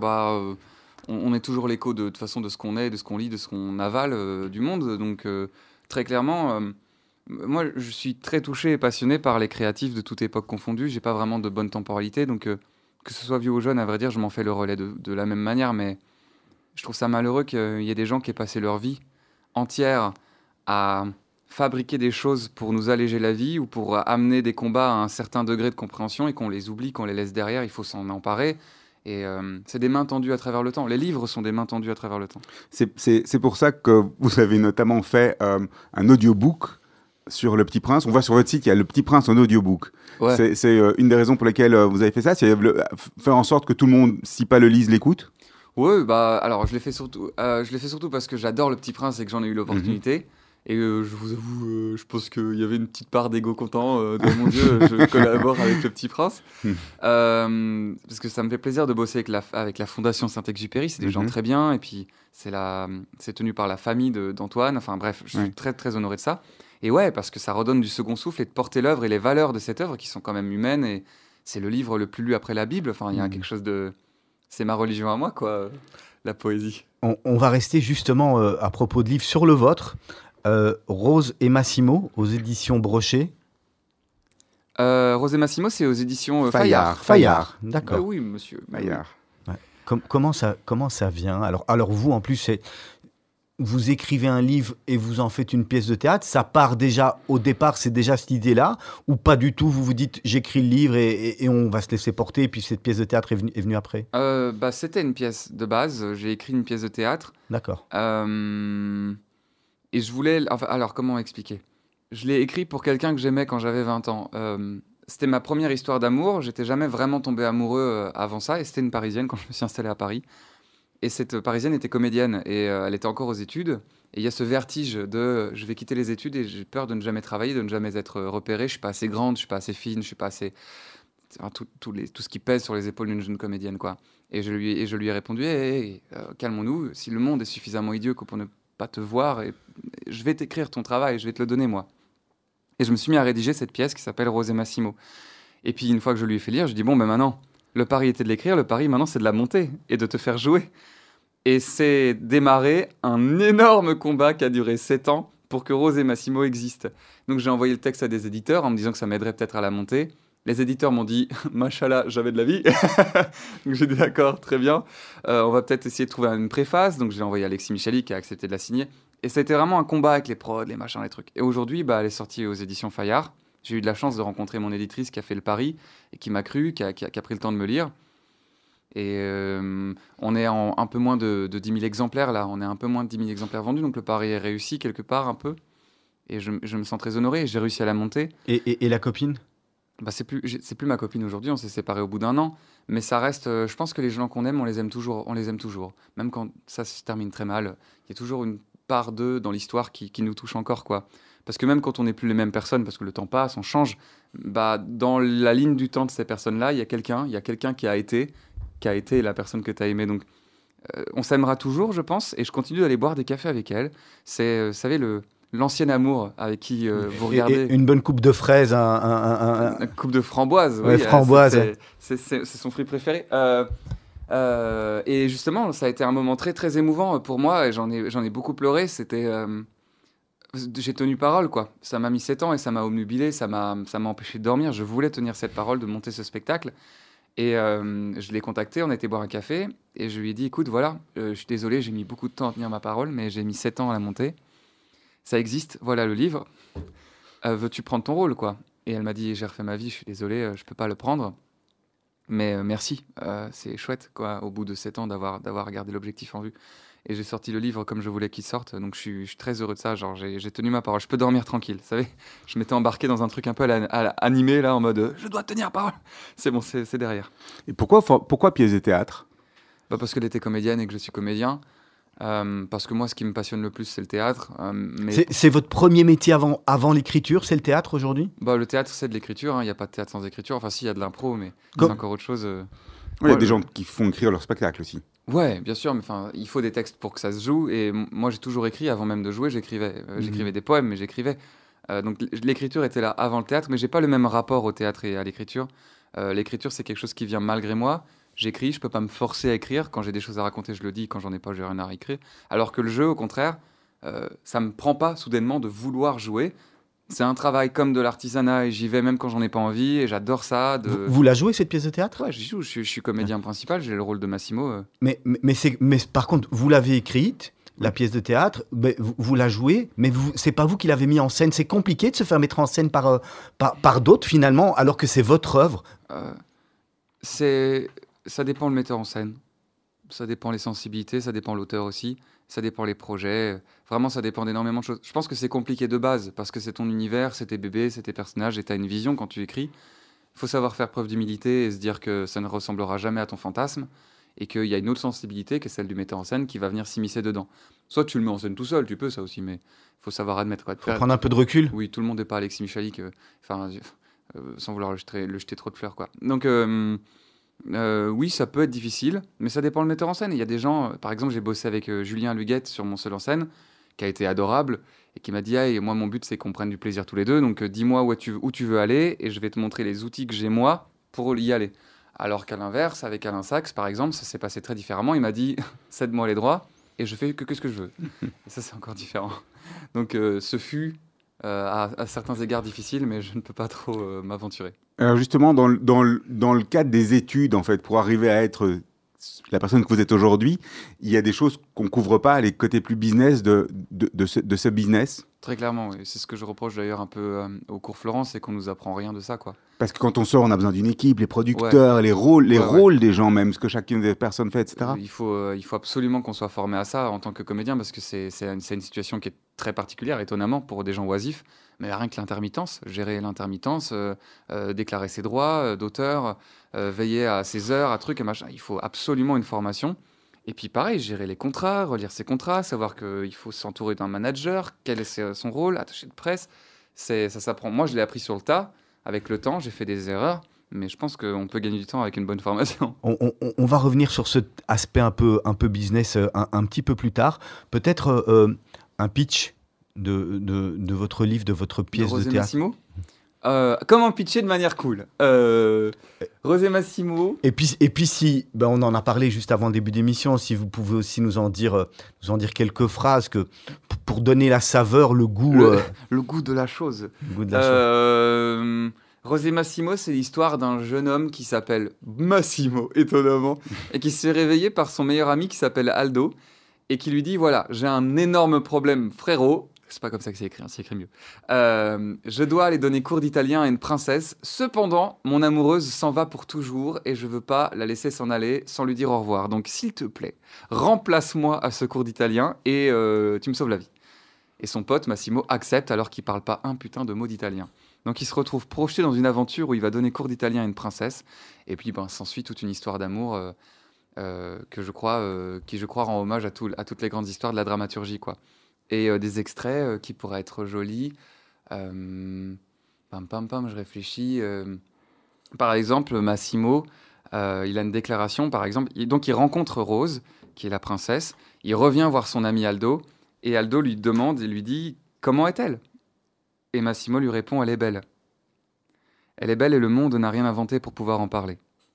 On est toujours l'écho de toute façon de ce qu'on est, de ce qu'on lit, de ce qu'on avale du monde. Donc, très clairement... moi, je suis très touché et passionné par les créatifs de toute époque confondue. J'ai pas vraiment de bonne temporalité, donc... que ce soit vieux ou jeune, à vrai dire, je m'en fais le relais de la même manière, mais je trouve ça malheureux qu'il y ait des gens qui aient passé leur vie entière à fabriquer des choses pour nous alléger la vie ou pour amener des combats à un certain degré de compréhension et qu'on les oublie, qu'on les laisse derrière. Il faut s'en emparer. Et c'est des mains tendues à travers le temps. Les livres sont des mains tendues à travers le temps.
C'est pour ça que vous avez notamment fait un audiobook sur Le Petit Prince. On voit sur votre site, il y a Le Petit Prince en audiobook. Ouais. C'est une des raisons pour lesquelles vous avez fait ça, c'est faire en sorte que tout le monde, si pas le lise, l'écoute.
Ouais, bah alors je l'ai fait surtout parce que j'adore Le Petit Prince et que j'en ai eu l'opportunité. Et je vous avoue, je pense qu'il y avait une petite part d'ego content de mon Dieu, je collabore avec Le Petit Prince. Parce que ça me fait plaisir de bosser avec la Fondation Saint-Exupéry, c'est des gens très bien, et puis c'est tenu par la famille d'Antoine, enfin bref, je suis très très honoré de ça. Et ouais, parce que ça redonne du second souffle et de porter l'œuvre et les valeurs de cette œuvre qui sont quand même humaines, et c'est le livre le plus lu après la Bible, enfin il y a quelque chose de... C'est ma religion à moi, quoi, la poésie.
On va rester justement à propos de livres sur le vôtre. Rose et Massimo, aux éditions Brochet.
Rose et Massimo, c'est aux éditions Fayard.
Fayard, d'accord.
Oui, monsieur.
Fayard.
Ouais. Comment ça vient ? Alors vous, en plus, vous écrivez un livre et vous en faites une pièce de théâtre. Ça part déjà, au départ, c'est déjà cette idée-là ? Ou pas du tout, vous vous dites, j'écris le livre et on va se laisser porter, et puis cette pièce de théâtre est venue après ?
C'était une pièce de base. J'ai écrit une pièce de théâtre.
D'accord.
Et je voulais... Enfin, alors, comment expliquer ? Je l'ai écrit pour quelqu'un que j'aimais quand j'avais 20 ans. C'était ma première histoire d'amour. J'étais jamais vraiment tombé amoureux avant ça. Et c'était une Parisienne quand je me suis installé à Paris. Et cette Parisienne était comédienne. Et elle était encore aux études. Et il y a ce vertige de... Je vais quitter les études et j'ai peur de ne jamais travailler, de ne jamais être repérée. Je suis pas assez grande, je suis pas assez fine, je suis pas assez... Enfin, tout ce qui pèse sur les épaules d'une jeune comédienne, quoi. Et je lui ai répondu, hey, calmons-nous. Si le monde est suffisamment idiot que pour ne pas te voir, je vais t'écrire ton travail, je vais te le donner, moi. Et je me suis mis à rédiger cette pièce qui s'appelle Rose et Massimo. Et puis une fois que je lui ai fait lire, je dis bon, ben maintenant, le pari était de l'écrire, le pari maintenant c'est de la monter et de te faire jouer. Et c'est démarré un énorme combat qui a duré 7 ans pour que Rose et Massimo existent. Donc j'ai envoyé le texte à des éditeurs en me disant que ça m'aiderait peut-être à la monter. Les éditeurs m'ont dit « Machallah, j'avais de la vie ». Donc j'ai dit « D'accord, très bien. On va peut-être essayer de trouver une préface ». Donc j'ai envoyé Alexis Michali qui a accepté de la signer. Et ça a été vraiment un combat avec les prods, les machins, les trucs. Et aujourd'hui, elle est sortie aux éditions Fayard. J'ai eu de la chance de rencontrer mon éditrice qui a fait le pari et qui m'a cru, qui a pris le temps de me lire. Et on est en un peu moins de 10 000 exemplaires là. On est un peu moins de 10 000 exemplaires vendus. Donc le pari est réussi quelque part un peu. Et je me sens très honoré. J'ai réussi à la monter.
Et la copine ?
C'est plus ma copine aujourd'hui, on s'est séparés au bout d'1 an, mais ça reste, je pense que les gens qu'on aime, on les aime toujours. Même quand ça se termine très mal, il y a toujours une part d'eux dans l'histoire qui nous touche encore, quoi. Parce que même quand on n'est plus les mêmes personnes, parce que le temps passe, on change, dans la ligne du temps de ces personnes-là, il y a quelqu'un qui a été la personne que tu as aimée. Donc, on s'aimera toujours, je pense, et je continue d'aller boire des cafés avec elle. C'est, vous savez, l'ancien amour avec qui vous regardez...
Et une bonne coupe de fraises,
Une coupe de framboise,
ouais,
oui.
Framboise.
C'est son fruit préféré. Et justement, ça a été un moment très, très émouvant pour moi, et j'en ai beaucoup pleuré. J'ai tenu parole, quoi. Ça m'a mis 7 ans et ça m'a obnubilé, ça m'a empêché de dormir. Je voulais tenir cette parole, de monter ce spectacle. Et je l'ai contacté, on a été boire un café, et je lui ai dit, écoute, voilà, je suis désolé, j'ai mis beaucoup de temps à tenir ma parole, mais j'ai mis 7 ans à la monter. Ça existe, voilà le livre. Veux-tu prendre ton rôle, quoi ? Et elle m'a dit, j'ai refait ma vie, je suis désolé, je peux pas le prendre. Mais merci, c'est chouette, quoi, au bout de 7 ans d'avoir regardé l'objectif en vue. Et j'ai sorti le livre comme je voulais qu'il sorte, donc je suis très heureux de ça. Genre, j'ai tenu ma parole, je peux dormir tranquille, vous savez. Je m'étais embarqué dans un truc un peu à animé, là, en mode je dois tenir parole. C'est bon, c'est derrière.
Et pourquoi pièce de théâtre ?
Parce qu'elle était comédienne et que je suis comédien. Parce que moi, ce qui me passionne le plus, c'est le théâtre.
C'est votre premier métier avant l'écriture, c'est le théâtre aujourd'hui ?
Le théâtre, c'est de l'écriture. Il n'y a pas de théâtre sans écriture. Enfin, si, il y a de l'impro, mais c'est encore autre chose.
Il y a des gens qui font écrire leur spectacle aussi.
Ouais, bien sûr, mais il faut des textes pour que ça se joue. Et moi, j'ai toujours écrit. Avant même de jouer, j'écrivais. J'écrivais des poèmes, mais j'écrivais. Donc l'écriture était là avant le théâtre, mais j'ai pas le même rapport au théâtre et à l'écriture. L'écriture, c'est quelque chose qui vient malgré moi. J'écris, je peux pas me forcer à écrire. Quand j'ai des choses à raconter, je le dis. Quand j'en ai pas, j'ai rien à écrire. Alors que le jeu, au contraire, ça me prend pas soudainement de vouloir jouer. C'est un travail comme de l'artisanat et j'y vais même quand j'en ai pas envie et j'adore ça.
Vous la jouez, cette pièce de théâtre ?
Ouais, j'y joue. Je suis comédien principal, j'ai le rôle de Massimo.
Mais par contre, vous l'avez écrite, la pièce de théâtre, vous la jouez, mais c'est pas vous qui l'avez mis en scène. C'est compliqué de se faire mettre en scène par d'autres, finalement, alors que c'est votre œuvre.
Ça dépend le metteur en scène. Ça dépend les sensibilités, ça dépend l'auteur aussi. Ça dépend les projets. Vraiment, ça dépend d'énormément de choses. Je pense que c'est compliqué de base, parce que c'est ton univers, c'est tes bébés, c'est tes personnages, et tu as une vision quand tu écris. Il faut savoir faire preuve d'humilité et se dire que ça ne ressemblera jamais à ton fantasme. et qu'il y a une autre sensibilité, qui est celle du metteur en scène, qui va venir s'immiscer dedans. Soit tu le mets en scène tout seul, tu peux ça aussi, mais il faut savoir admettre. Il
faut prendre un peu de recul.
Oui, tout le monde n'est pas Alexis Michalik, sans vouloir le jeter trop de fleurs, quoi. Donc, oui, ça peut être difficile, mais ça dépend le metteur en scène. Il y a des gens, par exemple, j'ai bossé avec Julien Luguette sur mon seul en scène, qui a été adorable, et qui m'a dit « moi, mon but, c'est qu'on prenne du plaisir tous les deux, donc dis-moi où tu veux aller, et je vais te montrer les outils que j'ai, moi, pour y aller. » Alors qu'à l'inverse, avec Alain Sachs, par exemple, ça s'est passé très différemment. Il m'a dit « cède-moi les droits, et je fais que ce que je veux. » Et ça, c'est encore différent. Donc, ce fut, à certains égards, difficile, mais je ne peux pas trop m'aventurer.
Alors justement, dans le cadre des études, en fait, pour arriver à être la personne que vous êtes aujourd'hui, il y a des choses qu'on ne couvre pas, les côtés plus business de ce business.
Très clairement, oui. C'est ce que je reproche d'ailleurs un peu au cours Florence, c'est qu'on ne nous apprend rien de ça, quoi.
Parce que quand on sort, on a besoin d'une équipe, les producteurs, les rôles des gens même, ce que chacune des personnes fait, etc.
Il faut absolument qu'on soit formé à ça en tant que comédien, parce que c'est une situation qui est très particulière, étonnamment, pour des gens oisifs. Mais rien que l'intermittence, gérer l'intermittence, déclarer ses droits d'auteur, veiller à ses heures, à trucs, et machin. Il faut absolument une formation. Et puis pareil, gérer les contrats, relire ses contrats, savoir qu'il faut s'entourer d'un manager, quel est son rôle, attaché de presse. Ça s'apprend. Moi, je l'ai appris sur le tas. Avec le temps, j'ai fait des erreurs, mais je pense qu'on peut gagner du temps avec une bonne formation.
On va revenir sur cet aspect un peu business un petit peu plus tard. Peut-être un pitch de votre livre, de votre pièce de théâtre.
Massimo. Comment pitcher de manière cool. Rosé Massimo.
Et puis si, on en a parlé juste avant le début d'émission, si vous pouvez aussi nous en dire quelques phrases pour donner la saveur, le goût.
Le goût de la chose.
Le goût de la chose.
Rosé Massimo, c'est l'histoire d'un jeune homme qui s'appelle Massimo, étonnamment, et qui se fait réveiller par son meilleur ami qui s'appelle Aldo, et qui lui dit, voilà, j'ai un énorme problème, frérot. C'est pas comme ça que c'est écrit, c'est écrit mieux. Je dois aller donner cours d'italien à une princesse. Cependant, mon amoureuse s'en va pour toujours et je veux pas la laisser s'en aller sans lui dire au revoir. Donc, s'il te plaît, remplace-moi à ce cours d'italien et tu me sauves la vie. Et son pote, Massimo, accepte alors qu'il parle pas un putain de mot d'italien. Donc, il se retrouve projeté dans une aventure où il va donner cours d'italien à une princesse. Et puis, s'ensuit toute une histoire d'amour qui, je crois, rend hommage à toutes les grandes histoires de la dramaturgie, quoi. Et des extraits qui pourraient être jolis. Je réfléchis. Par exemple, Massimo, il a une déclaration, par exemple. Donc, il rencontre Rose, qui est la princesse. Il revient voir son ami Aldo. Et Aldo lui demande et lui dit « Comment est-elle » Et Massimo lui répond « Elle est belle. Elle est belle et le monde n'a rien inventé pour pouvoir en parler.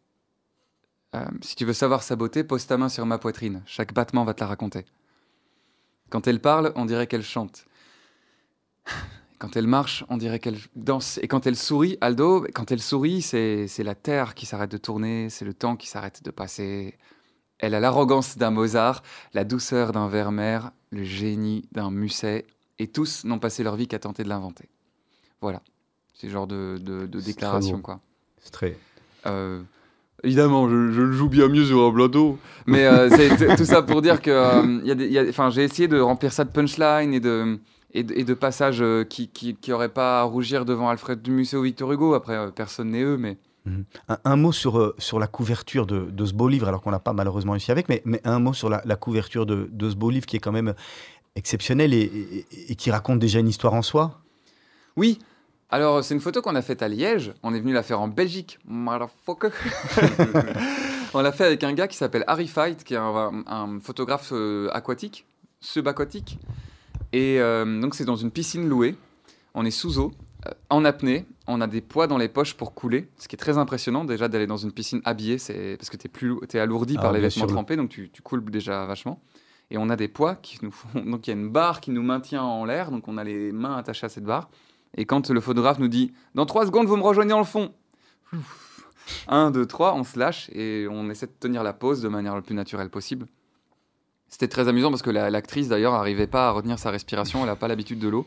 Si tu veux savoir sa beauté, pose ta main sur ma poitrine. Chaque battement va te la raconter. » Quand elle parle, on dirait qu'elle chante. Quand elle marche, on dirait qu'elle danse. Et quand elle sourit, Aldo, quand elle sourit, c'est la terre qui s'arrête de tourner, c'est le temps qui s'arrête de passer. Elle a l'arrogance d'un Mozart, la douceur d'un Vermeer, le génie d'un Musset, et tous n'ont passé leur vie qu'à tenter de l'inventer. Voilà, c'est le genre de déclaration, quoi.
C'est très...
Évidemment, je le joue bien mieux sur un plateau. Mais c'est tout ça pour dire que j'ai essayé de remplir ça de punchline et de passages qui n'auraient pas à rougir devant Alfred de Musset ou Victor Hugo. Après, personne n'est eux, mais...
Un mot sur la couverture de ce beau livre, alors qu'on n'a pas malheureusement réussi avec, mais un mot sur la couverture de ce beau livre qui est quand même exceptionnel et qui raconte déjà une histoire en soi.
Oui. Alors, c'est une photo qu'on a faite à Liège. On est venu la faire en Belgique. Motherfucker. On l'a fait avec un gars qui s'appelle Harry Fight, qui est un photographe aquatique, subaquatique. Et donc, c'est dans une piscine louée. On est sous eau, en apnée. On a des poids dans les poches pour couler, ce qui est très impressionnant déjà d'aller dans une piscine habillée, parce que t'es alourdi par les vêtements trempés, donc tu coules déjà vachement. Et on a des poids qui nous font... Donc, il y a une barre qui nous maintient en l'air, donc on a les mains attachées à cette barre. Et quand le photographe nous dit « Dans 3 secondes, vous me rejoignez dans le fond !» 1, 2, 3, on se lâche et on essaie de tenir la pose de manière le plus naturelle possible. C'était très amusant parce que l'actrice, d'ailleurs, n'arrivait pas à retenir sa respiration. Elle n'a pas l'habitude de l'eau.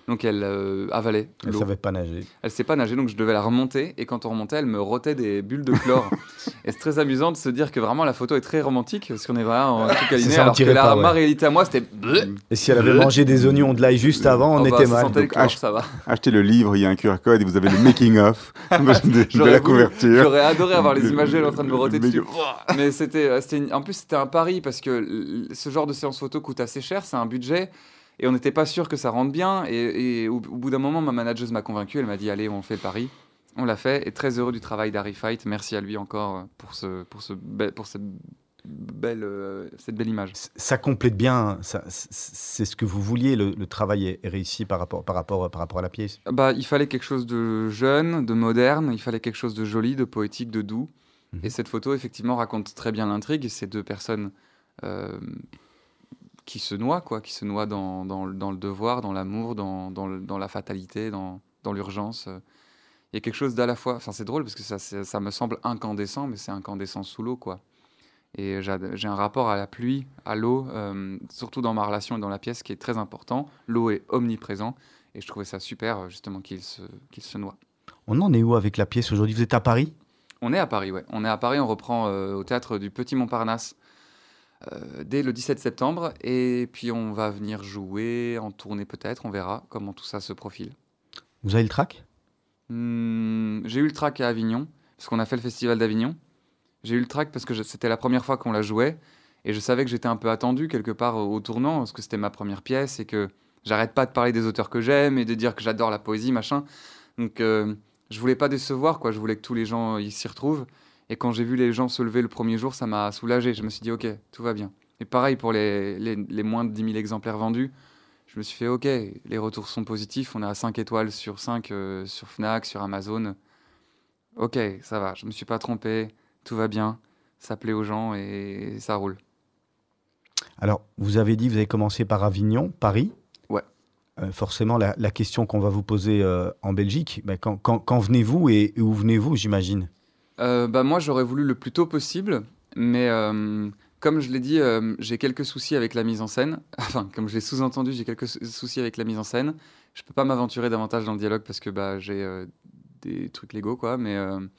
Donc elle avalait l'eau.
Elle savait pas nager.
Elle sait pas nager, donc je devais la remonter. Et quand on remontait, elle me rotait des bulles de chlore. Et c'est très amusant de se dire que vraiment la photo est très romantique, parce qu'on est vraiment en tout câliné, alors que ma réalité à moi, c'était...
Et si elle avait mangé des oignons de l'ail juste avant, on était mal.
Donc, ça va.
Achetez le livre, il y a un QR code et vous avez le making-of de la couverture.
J'aurais adoré avoir les images d'elle en train de me roter dessus. Mais en plus, c'était un pari, parce que ce genre de séance photo coûte assez cher, c'est un budget. Et on n'était pas sûr que ça rentre bien. Et au bout d'un moment, ma manageuse m'a convaincu. Elle m'a dit, allez, on fait le pari. On l'a fait. Et très heureux du travail d'Harry Fight. Merci à lui encore pour cette belle image.
Ça complète bien. C'est ce que vous vouliez. Le travail est réussi par rapport à la pièce.
Il fallait quelque chose de jeune, de moderne. Il fallait quelque chose de joli, de poétique, de doux. Et cette photo, effectivement, raconte très bien l'intrigue. Ces deux personnes... qui se noient dans le devoir, dans l'amour, dans la fatalité, dans l'urgence. Il y a quelque chose d'à la fois... Enfin, c'est drôle parce que ça me semble incandescent, mais c'est incandescent sous l'eau, quoi. Et j'ai un rapport à la pluie, à l'eau, surtout dans ma relation et dans la pièce, qui est très important. L'eau est omniprésent et je trouvais ça super, justement, qu'il se noie.
On en est où avec la pièce aujourd'hui ? Vous êtes à Paris ?
On est à Paris, ouais. On est à Paris, on reprend au théâtre du Petit Montparnasse dès le 17 septembre, et puis on va venir jouer en tournée peut-être, on verra comment tout ça se profile.
Vous avez le trac ?
J'ai eu le trac à Avignon, parce qu'on a fait le festival d'Avignon. J'ai eu le trac parce que c'était la première fois qu'on la jouait, et je savais que j'étais un peu attendu quelque part au tournant, parce que c'était ma première pièce, et que j'arrête pas de parler des auteurs que j'aime, et de dire que j'adore la poésie, machin. Donc je voulais pas décevoir, quoi. Je voulais que tous les gens s'y retrouvent. Et quand j'ai vu les gens se lever le premier jour, ça m'a soulagé. Je me suis dit, ok, tout va bien. Et pareil pour les moins de 10 000 exemplaires vendus. Je me suis fait, ok, les retours sont positifs. On est à 5 étoiles sur 5 sur Fnac, sur Amazon. Ok, ça va, je me suis pas trompé. Tout va bien. Ça plaît aux gens et ça roule.
Alors, vous avez dit, vous avez commencé par Avignon, Paris.
Ouais.
Forcément, la question qu'on va vous poser en Belgique, quand venez-vous et où venez-vous, j'imagine ?
Moi, j'aurais voulu le plus tôt possible, mais comme je l'ai dit, j'ai quelques soucis avec la mise en scène. Enfin, comme je l'ai sous-entendu, j'ai quelques soucis avec la mise en scène. Je peux pas m'aventurer davantage dans le dialogue parce que j'ai des trucs légaux, quoi. Mais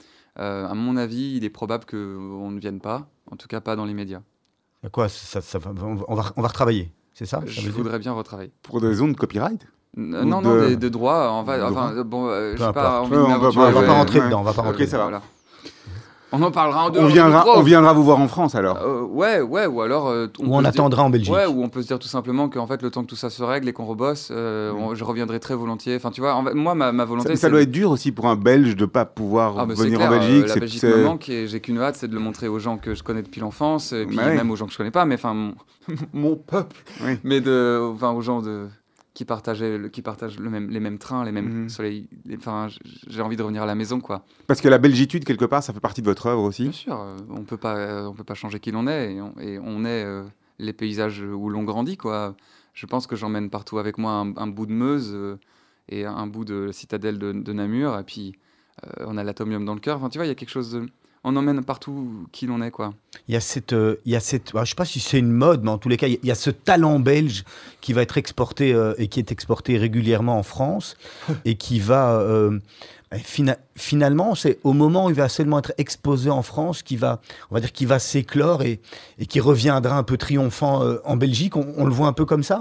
à mon avis, il est probable qu'on ne vienne pas, en tout cas pas dans l'immédiat.
Quoi, on va retravailler, c'est ça ?
Je voudrais bien retravailler.
Pour des raisons de copyright ?
Non, de droit. Je sais pas.
On va pas rentrer dedans.
Ok, ça va. Voilà.
On en parlera en deux.
On viendra vous voir en France alors.
Ouais, ou alors.
On attendra en Belgique.
Ouais, ou on peut se dire tout simplement qu'en fait, le temps que tout ça se règle et qu'on rebosse, je reviendrai très volontiers. Enfin, tu vois, moi, ma volonté.
Ça doit être dur aussi pour un Belge de ne pas pouvoir venir en Belgique.
La Belgique me manque et j'ai qu'une hâte, c'est de le montrer aux gens que je connais depuis l'enfance, et puis même aux gens que je connais pas, mais enfin, mon peuple. Oui. Mais aux gens qui partagent les mêmes trains, les mêmes soleils. J'ai envie de revenir à la maison, quoi.
Parce que la belgitude, quelque part, ça fait partie de votre œuvre aussi.
Bien sûr, on peut pas changer qui l'on est, et on est les paysages où l'on grandit, quoi. Je pense que j'emmène partout avec moi un bout de Meuse et un bout de la citadelle de Namur, et puis on a l'atomium dans le cœur. Enfin, tu vois, il y a quelque chose de... On emmène partout qui l'on est, quoi.
Il y a cette, je sais pas si c'est une mode, mais en tous les cas, il y a ce talent belge qui va être exporté et qui est exporté régulièrement en France et qui va, finalement, c'est au moment où il va seulement être exposé en France qui va s'éclore et qui reviendra un peu triomphant en Belgique. On le voit un peu comme ça ?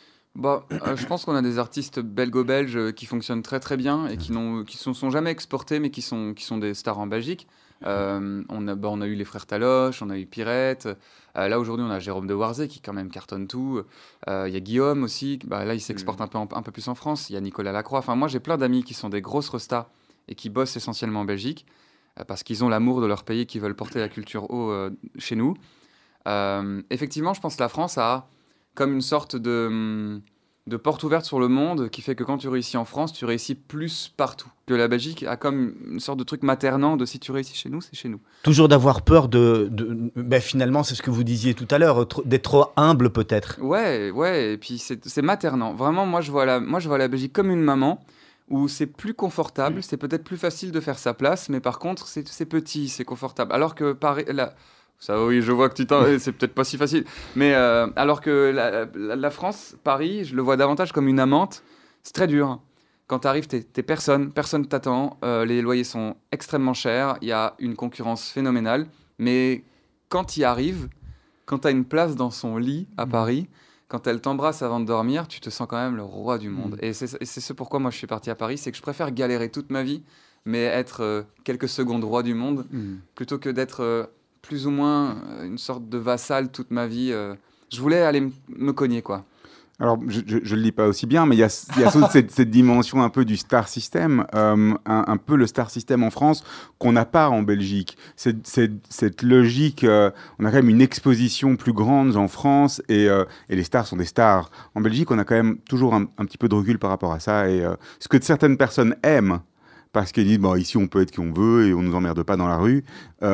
Je pense qu'on a des artistes belgo-belges qui fonctionnent très très bien et qui ne sont jamais exportés, mais qui sont des stars en Belgique. On a eu les frères Taloche, on a eu Pirette. Là aujourd'hui on a Jérôme de Warzé qui quand même cartonne tout. Il y a Guillaume aussi. Là il s'exporte un peu plus en France. Il y a Nicolas Lacroix. Enfin moi j'ai plein d'amis qui sont des grosses restas et qui bossent essentiellement en Belgique parce qu'ils ont l'amour de leur pays et qui veulent porter la culture haut chez nous. Effectivement je pense que la France a comme une sorte de porte ouverte sur le monde qui fait que quand tu réussis en France, tu réussis plus partout. Que la Belgique a comme une sorte de truc maternant de si tu réussis chez nous, c'est chez nous.
Toujours d'avoir peur finalement, c'est ce que vous disiez tout à l'heure, d'être trop humble peut-être.
Ouais, et puis c'est maternant. Vraiment, moi je vois la Belgique comme une maman où c'est plus confortable, c'est peut-être plus facile de faire sa place, mais par contre, c'est petit, c'est confortable. Alors que Paris... Ça, oui, je vois que c'est peut-être pas si facile. Mais alors que la France, Paris, je le vois davantage comme une amante c'est très dur. Quand tu arrives, t'es personne t'attend, les loyers sont extrêmement chers, il y a une concurrence phénoménale, mais quand tu y arrives, quand tu as une place dans son lit à Paris, quand elle t'embrasse avant de dormir, tu te sens quand même le roi du monde. Et c'est ce pourquoi moi je suis parti à Paris, c'est que je préfère galérer toute ma vie, mais être quelques secondes roi du monde, plutôt que d'être plus ou moins une sorte de vassal toute ma vie. Je voulais aller me cogner, quoi.
Alors, je ne le lis pas aussi bien, mais il y a cette dimension un peu du star system, un peu le star system en France qu'on n'a pas en Belgique. Cette logique, on a quand même une exposition plus grande en France et les stars sont des stars. En Belgique, on a quand même toujours un petit peu de recul par rapport à ça. Et ce que certaines personnes aiment, parce qu'ils disent, bon, ici, on peut être qui on veut et on ne nous emmerde pas dans la rue.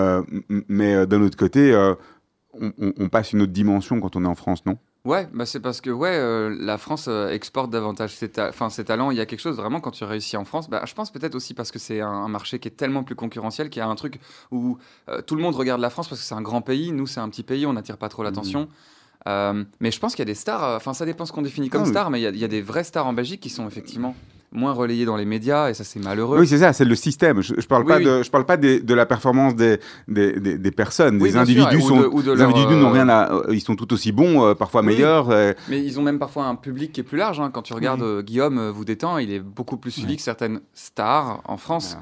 Mais d'un autre côté, on passe une autre dimension quand on est en France, non ?
Ouais, bah c'est parce que la France exporte davantage ses talents. Il y a quelque chose vraiment quand tu réussis en France. Bah, je pense peut-être aussi parce que c'est un marché qui est tellement plus concurrentiel, qu'il y a un truc où tout le monde regarde la France parce que c'est un grand pays. Nous, c'est un petit pays, on n'attire pas trop l'attention. Mais je pense qu'il y a des stars. Enfin, ça dépend ce qu'on définit comme stars, mais il y a des vraies stars en Belgique qui sont effectivement moins relayées dans les médias et ça c'est malheureux.
Oui, c'est ça, c'est le système. Je parle pas je parle pas de la performance des personnes, des individus. Les individus n'ont rien à, ils sont tout aussi bons, parfois meilleurs.
Mais ils ont même parfois un public qui est plus large. Hein. Quand tu regardes Guillaume Voudétan, il est beaucoup plus suivi que certaines stars en France.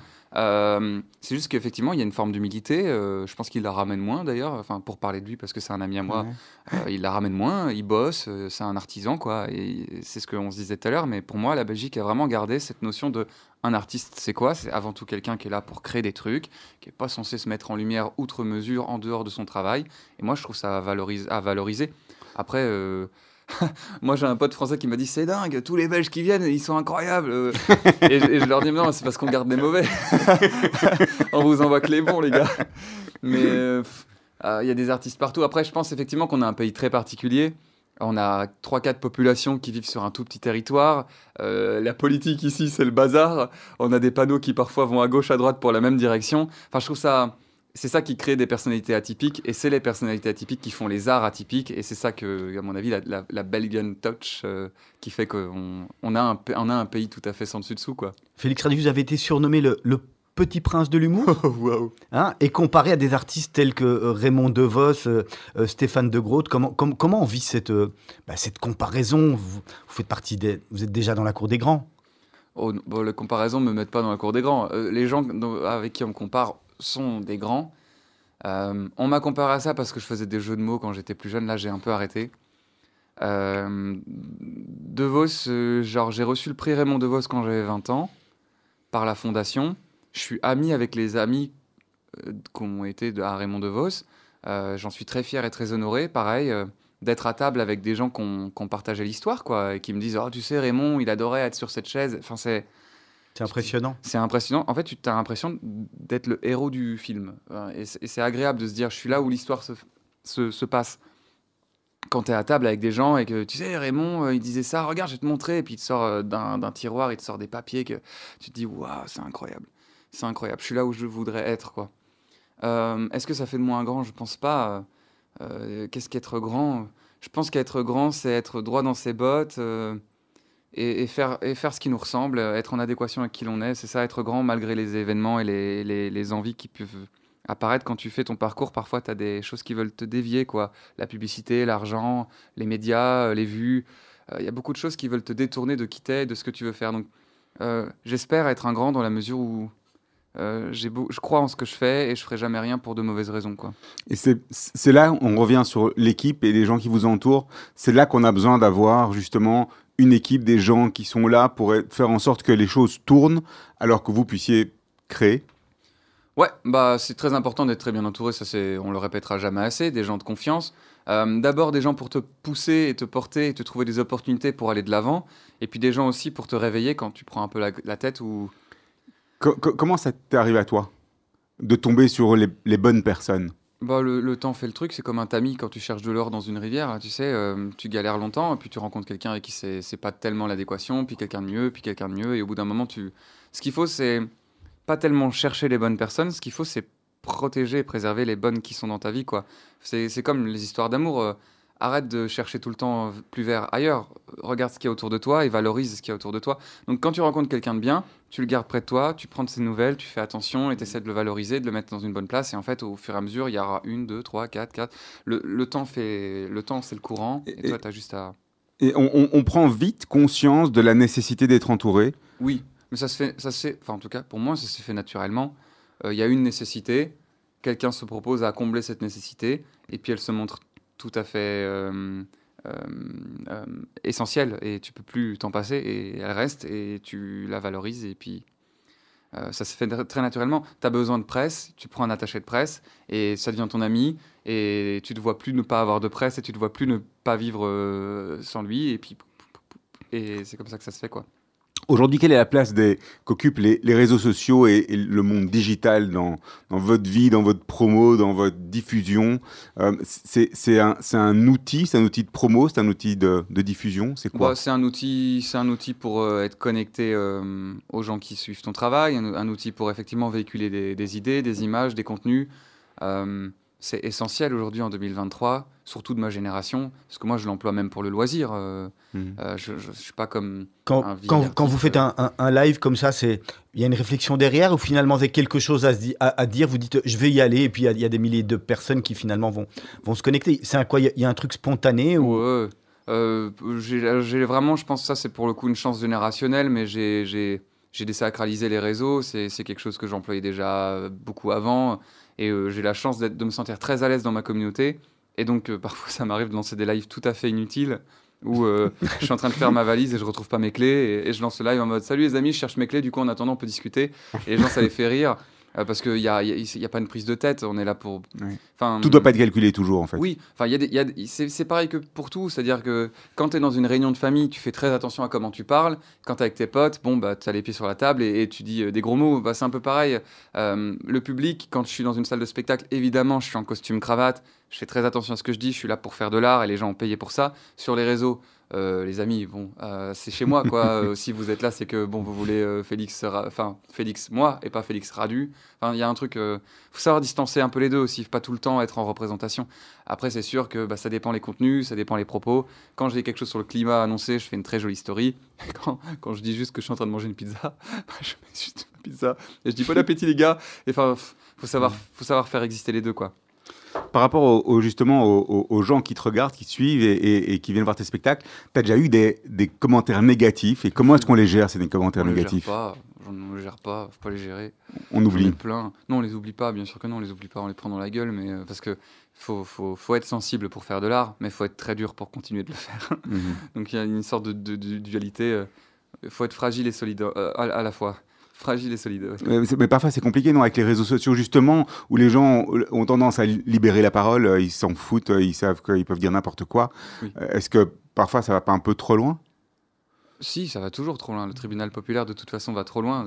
C'est juste qu'effectivement il y a une forme d'humilité, je pense qu'il la ramène moins d'ailleurs, enfin, pour parler de lui parce que c'est un ami à moi, il la ramène moins, il bosse, c'est un artisan quoi, et c'est ce qu'on se disait tout à l'heure, mais pour moi la Belgique a vraiment gardé cette notion de un artiste c'est quoi, c'est avant tout quelqu'un qui est là pour créer des trucs, qui n'est pas censé se mettre en lumière outre mesure en dehors de son travail, et moi je trouve ça à valoriser. Après moi j'ai un pote français qui m'a dit c'est dingue, tous les Belges qui viennent ils sont incroyables et je leur dis non c'est parce qu'on garde les mauvais. On vous envoie que les bons les gars. Mais il y a des artistes partout. Après je pense effectivement qu'on a un pays très particulier. On a 3-4 populations qui vivent sur un tout petit territoire. La politique ici c'est le bazar. On a des panneaux qui parfois vont à gauche à droite pour la même direction. Enfin je trouve ça... C'est ça qui crée des personnalités atypiques, et c'est les personnalités atypiques qui font les arts atypiques, et c'est ça que, à mon avis, la Belgian touch qui fait qu'on a un pays tout à fait sans dessus-dessous, quoi.
Félix Radu, vous avez été surnommé le petit prince de l'humour,
wow.
Et comparé à des artistes tels que Raymond DeVos, Stéphane De Groot, comment on vit cette comparaison ? Vous êtes déjà dans la cour des grands.
Les comparaisons ne me mettent pas dans la cour des grands. Les gens avec qui on me compare sont des grands. On m'a comparé à ça parce que je faisais des jeux de mots quand j'étais plus jeune. Là, j'ai un peu arrêté. DeVos, j'ai reçu le prix Raymond DeVos quand j'avais 20 ans par la fondation. Je suis ami avec les amis qui ont été à Raymond DeVos. J'en suis très fier et très honoré. Pareil, d'être à table avec des gens qui ont partagé l'histoire, quoi, et qui me disent « Oh, tu sais, Raymond, il adorait être sur cette chaise. » Enfin, c'est
impressionnant. C'est
impressionnant. En fait, tu as l'impression d'être le héros du film. Et c'est agréable de se dire, je suis là où l'histoire se passe. Quand tu es à table avec des gens et que, tu sais, Raymond, il disait ça, regarde, je vais te montrer. Et puis il te sort d'un tiroir, il te sort des papiers que tu te dis, waouh, c'est incroyable. C'est incroyable. Je suis là où je voudrais être, quoi. Est-ce que ça fait de moi un grand ? Je pense pas. Qu'est-ce qu'être grand ? Je pense qu'être grand, c'est être droit dans ses bottes. Et faire ce qui nous ressemble, être en adéquation avec qui l'on est, c'est ça, être grand malgré les événements et les envies qui peuvent apparaître quand tu fais ton parcours. Parfois, tu as des choses qui veulent te dévier, quoi. La publicité, l'argent, les médias, les vues. Il y a beaucoup de choses qui veulent te détourner de qui t'es, de ce que tu veux faire. Donc, j'espère être un grand dans la mesure où je crois en ce que je fais et je ferai jamais rien pour de mauvaises raisons, quoi.
Et c'est là, on revient sur l'équipe et les gens qui vous entourent. C'est là qu'on a besoin d'avoir justement une équipe, des gens qui sont là pour faire en sorte que les choses tournent alors que vous puissiez créer.
Ouais, c'est très important d'être très bien entouré, ça on le répétera jamais assez, des gens de confiance. D'abord des gens pour te pousser et te porter et te trouver des opportunités pour aller de l'avant, et puis des gens aussi pour te réveiller quand tu prends un peu la tête ou...
Comment ça t'est arrivé à toi de tomber sur les bonnes personnes ?
Le temps fait le truc, c'est comme un tamis quand tu cherches de l'or dans une rivière, tu sais, tu galères longtemps, et puis tu rencontres quelqu'un avec qui c'est pas tellement l'adéquation, puis quelqu'un de mieux, et au bout d'un moment, ce qu'il faut, c'est pas tellement chercher les bonnes personnes, ce qu'il faut, c'est protéger et préserver les bonnes qui sont dans ta vie, quoi. C'est comme les histoires d'amour. arrête de chercher tout le temps plus vert ailleurs. Regarde ce qu'il y a autour de toi et valorise ce qu'il y a autour de toi. Donc quand tu rencontres quelqu'un de bien, tu le gardes près de toi, tu prends de ses nouvelles, tu fais attention et tu essaies de le valoriser, de le mettre dans une bonne place. Et en fait, au fur et à mesure, il y aura 1, 2, 3, 4. Le temps, c'est le courant. Et toi, tu as juste à...
Et on prend vite conscience de la nécessité d'être entouré.
Oui, mais ça se fait, enfin en tout cas, pour moi, ça s'est fait naturellement. Il y a une nécessité, quelqu'un se propose à combler cette nécessité, et puis elle se montre tout à fait essentielle, et tu peux plus t'en passer, et elle reste, et tu la valorises, et puis ça se fait très naturellement. Tu as besoin de presse, tu prends un attaché de presse, et ça devient ton ami, et tu te vois plus ne pas avoir de presse, et tu te vois plus ne pas vivre sans lui, et puis et c'est comme ça que ça se fait, quoi.
Aujourd'hui, quelle est la place qu'occupent les réseaux sociaux et le monde digital dans votre vie, dans votre promo, dans votre diffusion? C'est un outil de promo, c'est un outil de diffusion, c'est quoi?
C'est un outil pour être connecté aux gens qui suivent ton travail, un outil pour effectivement véhiculer des idées, des images, des contenus. C'est essentiel aujourd'hui en 2023, surtout de ma génération, parce que moi je l'emploie même pour le loisir. Je suis pas comme
quand vous faites un live comme ça, il y a une réflexion derrière ou finalement vous avez quelque chose à dire, vous dites je vais y aller et puis il y a des milliers de personnes qui finalement vont se connecter. C'est quoi? Il y a un truc spontané ou...
J'ai vraiment, je pense que ça c'est pour le coup une chance générationnelle, mais j'ai désacralisé les réseaux, c'est quelque chose que j'employais déjà beaucoup avant. Et j'ai la chance de me sentir très à l'aise dans ma communauté. Et donc, parfois, ça m'arrive de lancer des lives tout à fait inutiles où je suis en train de faire ma valise et je retrouve pas mes clés. Et je lance le live en mode « Salut les amis, je cherche mes clés. Du coup, en attendant, on peut discuter. » Et les gens, ça les fait rire. Parce qu'il n'y a pas une prise de tête, on est là pour...
Oui. Tout ne doit pas être calculé toujours, en fait.
Oui, c'est pareil que pour tout, c'est-à-dire que quand tu es dans une réunion de famille, tu fais très attention à comment tu parles. Quand tu es avec tes potes, tu as les pieds sur la table et tu dis des gros mots, c'est un peu pareil. Le public, quand je suis dans une salle de spectacle, évidemment, je suis en costume cravate, je fais très attention à ce que je dis, je suis là pour faire de l'art et les gens ont payé pour ça. Sur les réseaux, les amis, c'est chez moi, quoi. Si vous êtes là, c'est que vous voulez Félix, moi, et pas Félix Radu. Il y a un truc, faut savoir distancer un peu les deux aussi, pas tout le temps être en représentation. Après, c'est sûr que ça dépend les contenus, ça dépend les propos. Quand j'ai quelque chose sur le climat à annoncer, je fais une très jolie story. Quand je dis juste que je suis en train de manger une pizza, je mets juste une pizza et je dis bon appétit les gars. Faut savoir faire exister les deux, quoi.
Par rapport justement aux gens qui te regardent, qui te suivent et qui viennent voir tes spectacles, tu as déjà eu des commentaires négatifs. Et comment est-ce qu'on les gère, ces commentaires négatifs?
On ne les gère pas, faut pas les gérer.
On oublie.
Plein. Non, on les oublie pas, bien sûr que non, on les oublie pas, on les prend dans la gueule, mais parce que faut être sensible pour faire de l'art, mais faut être très dur pour continuer de le faire. Donc il y a une sorte de dualité. Faut être fragile et solide à la fois. Fragile et solide. Ouais.
Mais parfois c'est compliqué, non, avec les réseaux sociaux justement, où les gens ont tendance à libérer la parole, ils s'en foutent, ils savent qu'ils peuvent dire n'importe quoi. Oui. Est-ce que parfois ça va pas un peu trop loin?
Si, ça va toujours trop loin. Le tribunal populaire, de toute façon, va trop loin.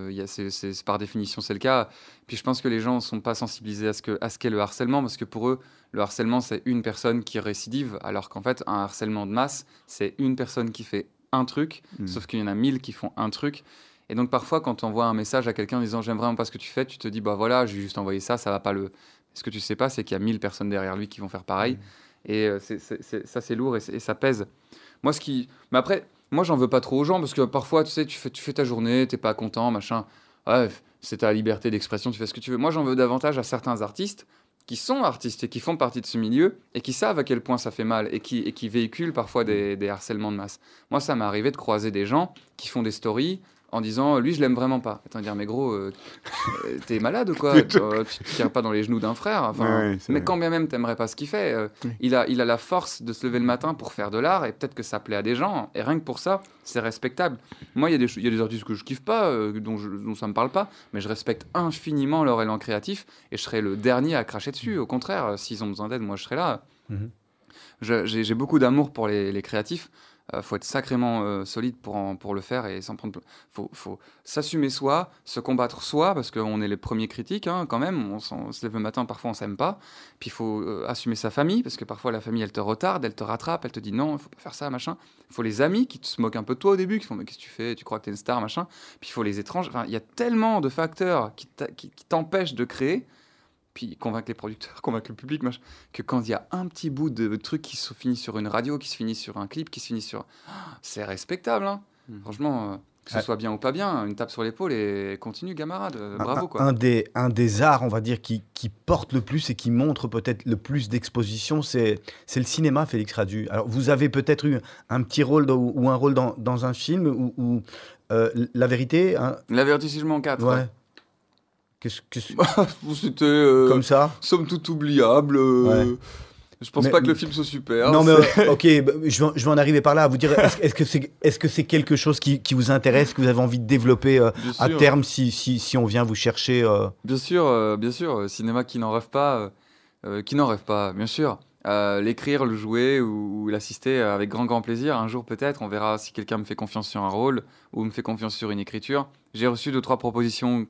Par définition, c'est le cas. Puis je pense que les gens ne sont pas sensibilisés à ce qu'est le harcèlement, parce que pour eux, le harcèlement, c'est une personne qui récidive, alors qu'en fait, un harcèlement de masse, c'est une personne qui fait un truc, sauf qu'il y en a 1000 qui font un truc. Et donc parfois, quand tu envoies un message à quelqu'un en disant « j'aime vraiment pas ce que tu fais », tu te dis « voilà, j'ai juste envoyé ça, ça va pas le... » Ce que tu sais pas, c'est qu'il y a 1000 personnes derrière lui qui vont faire pareil. Et ça, c'est lourd et ça pèse. Mais après... Moi, j'en veux pas trop aux gens parce que parfois, tu sais, tu fais ta journée, t'es pas content, machin. Ouais, c'est ta liberté d'expression, tu fais ce que tu veux. Moi, j'en veux davantage à certains artistes qui sont artistes et qui font partie de ce milieu et qui savent à quel point ça fait mal et qui véhiculent parfois des harcèlements de masse. Moi, ça m'est arrivé de croiser des gens qui font des stories en disant lui je l'aime vraiment pas. Attends, dire mais gros t'es malade ou quoi? Tu tiens pas dans les genoux d'un frère, mais quand bien même t'aimerais pas ce qu'il fait, il a la force de se lever le matin pour faire de l'art et peut-être que ça plaît à des gens et rien que pour ça c'est respectable. Moi il y a des artistes que je kiffe pas, dont ça me parle pas, mais je respecte infiniment leur élan créatif et je serais le dernier à cracher dessus. Au contraire, s'ils ont besoin d'aide, moi je serais là. J'ai beaucoup d'amour pour les créatifs. Faut être sacrément solide pour le faire et s'en prendre. Faut s'assumer soi, se combattre soi, parce qu'on est les premiers critiques quand même. On se lève le matin, parfois on s'aime pas. Puis il faut assumer sa famille, parce que parfois la famille elle te retarde, elle te rattrape, elle te dit non, il faut pas faire ça, machin. Il faut les amis qui se moquent un peu de toi au début, qui font mais qu'est-ce que tu fais, tu crois que t'es une star, machin. Puis il faut les étranges. Il y a tellement de facteurs qui t'empêchent de créer puis convaincre les producteurs, convaincre le public, que quand il y a un petit bout de truc qui se finit sur une radio, qui se finit sur un clip, qui se finit sur... c'est respectable, hein. Franchement, que ce soit bien ou pas bien, une tape sur l'épaule et continue, camarade, bravo, quoi.
Un des arts, on va dire, qui porte le plus et qui montre peut-être le plus d'exposition, c'est le cinéma, Félix Radu. Alors, vous avez peut-être eu un petit rôle ou un rôle dans un film ou La Vérité, hein.
La Vérité, si je m'en 4.
Ouais.
C'était
comme ça,
somme toute oubliable.
Ouais.
Je pense pas que le film soit super.
Non, mais ok, je vais en arriver par là à vous dire, est-ce que c'est quelque chose qui vous intéresse, que vous avez envie de développer à terme si on vient vous chercher
Bien sûr, cinéma qui n'en rêve pas, bien sûr. L'écrire, le jouer ou l'assister avec grand plaisir. Un jour peut-être, on verra si quelqu'un me fait confiance sur un rôle ou me fait confiance sur une écriture. J'ai reçu 2-3 propositions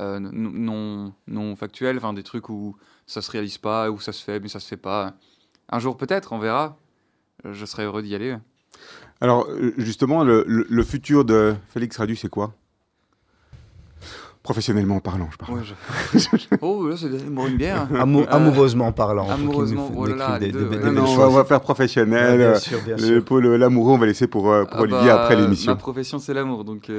non factuelles, des trucs où ça se réalise pas, où ça se fait mais ça se fait pas. Un jour peut-être, on verra. Je serais heureux d'y aller.
Alors justement, le futur de Félix Radu, c'est quoi? Professionnellement parlant, je parle.
Ouais, Oh, là, c'est une bière.
Amoureusement parlant.
Amoureusement, oh là là, les deux.
On va faire professionnel.
Bien sûr.
Pour l'amoureux, on va laisser pour Olivier après l'émission.
Ma profession, c'est l'amour. Donc,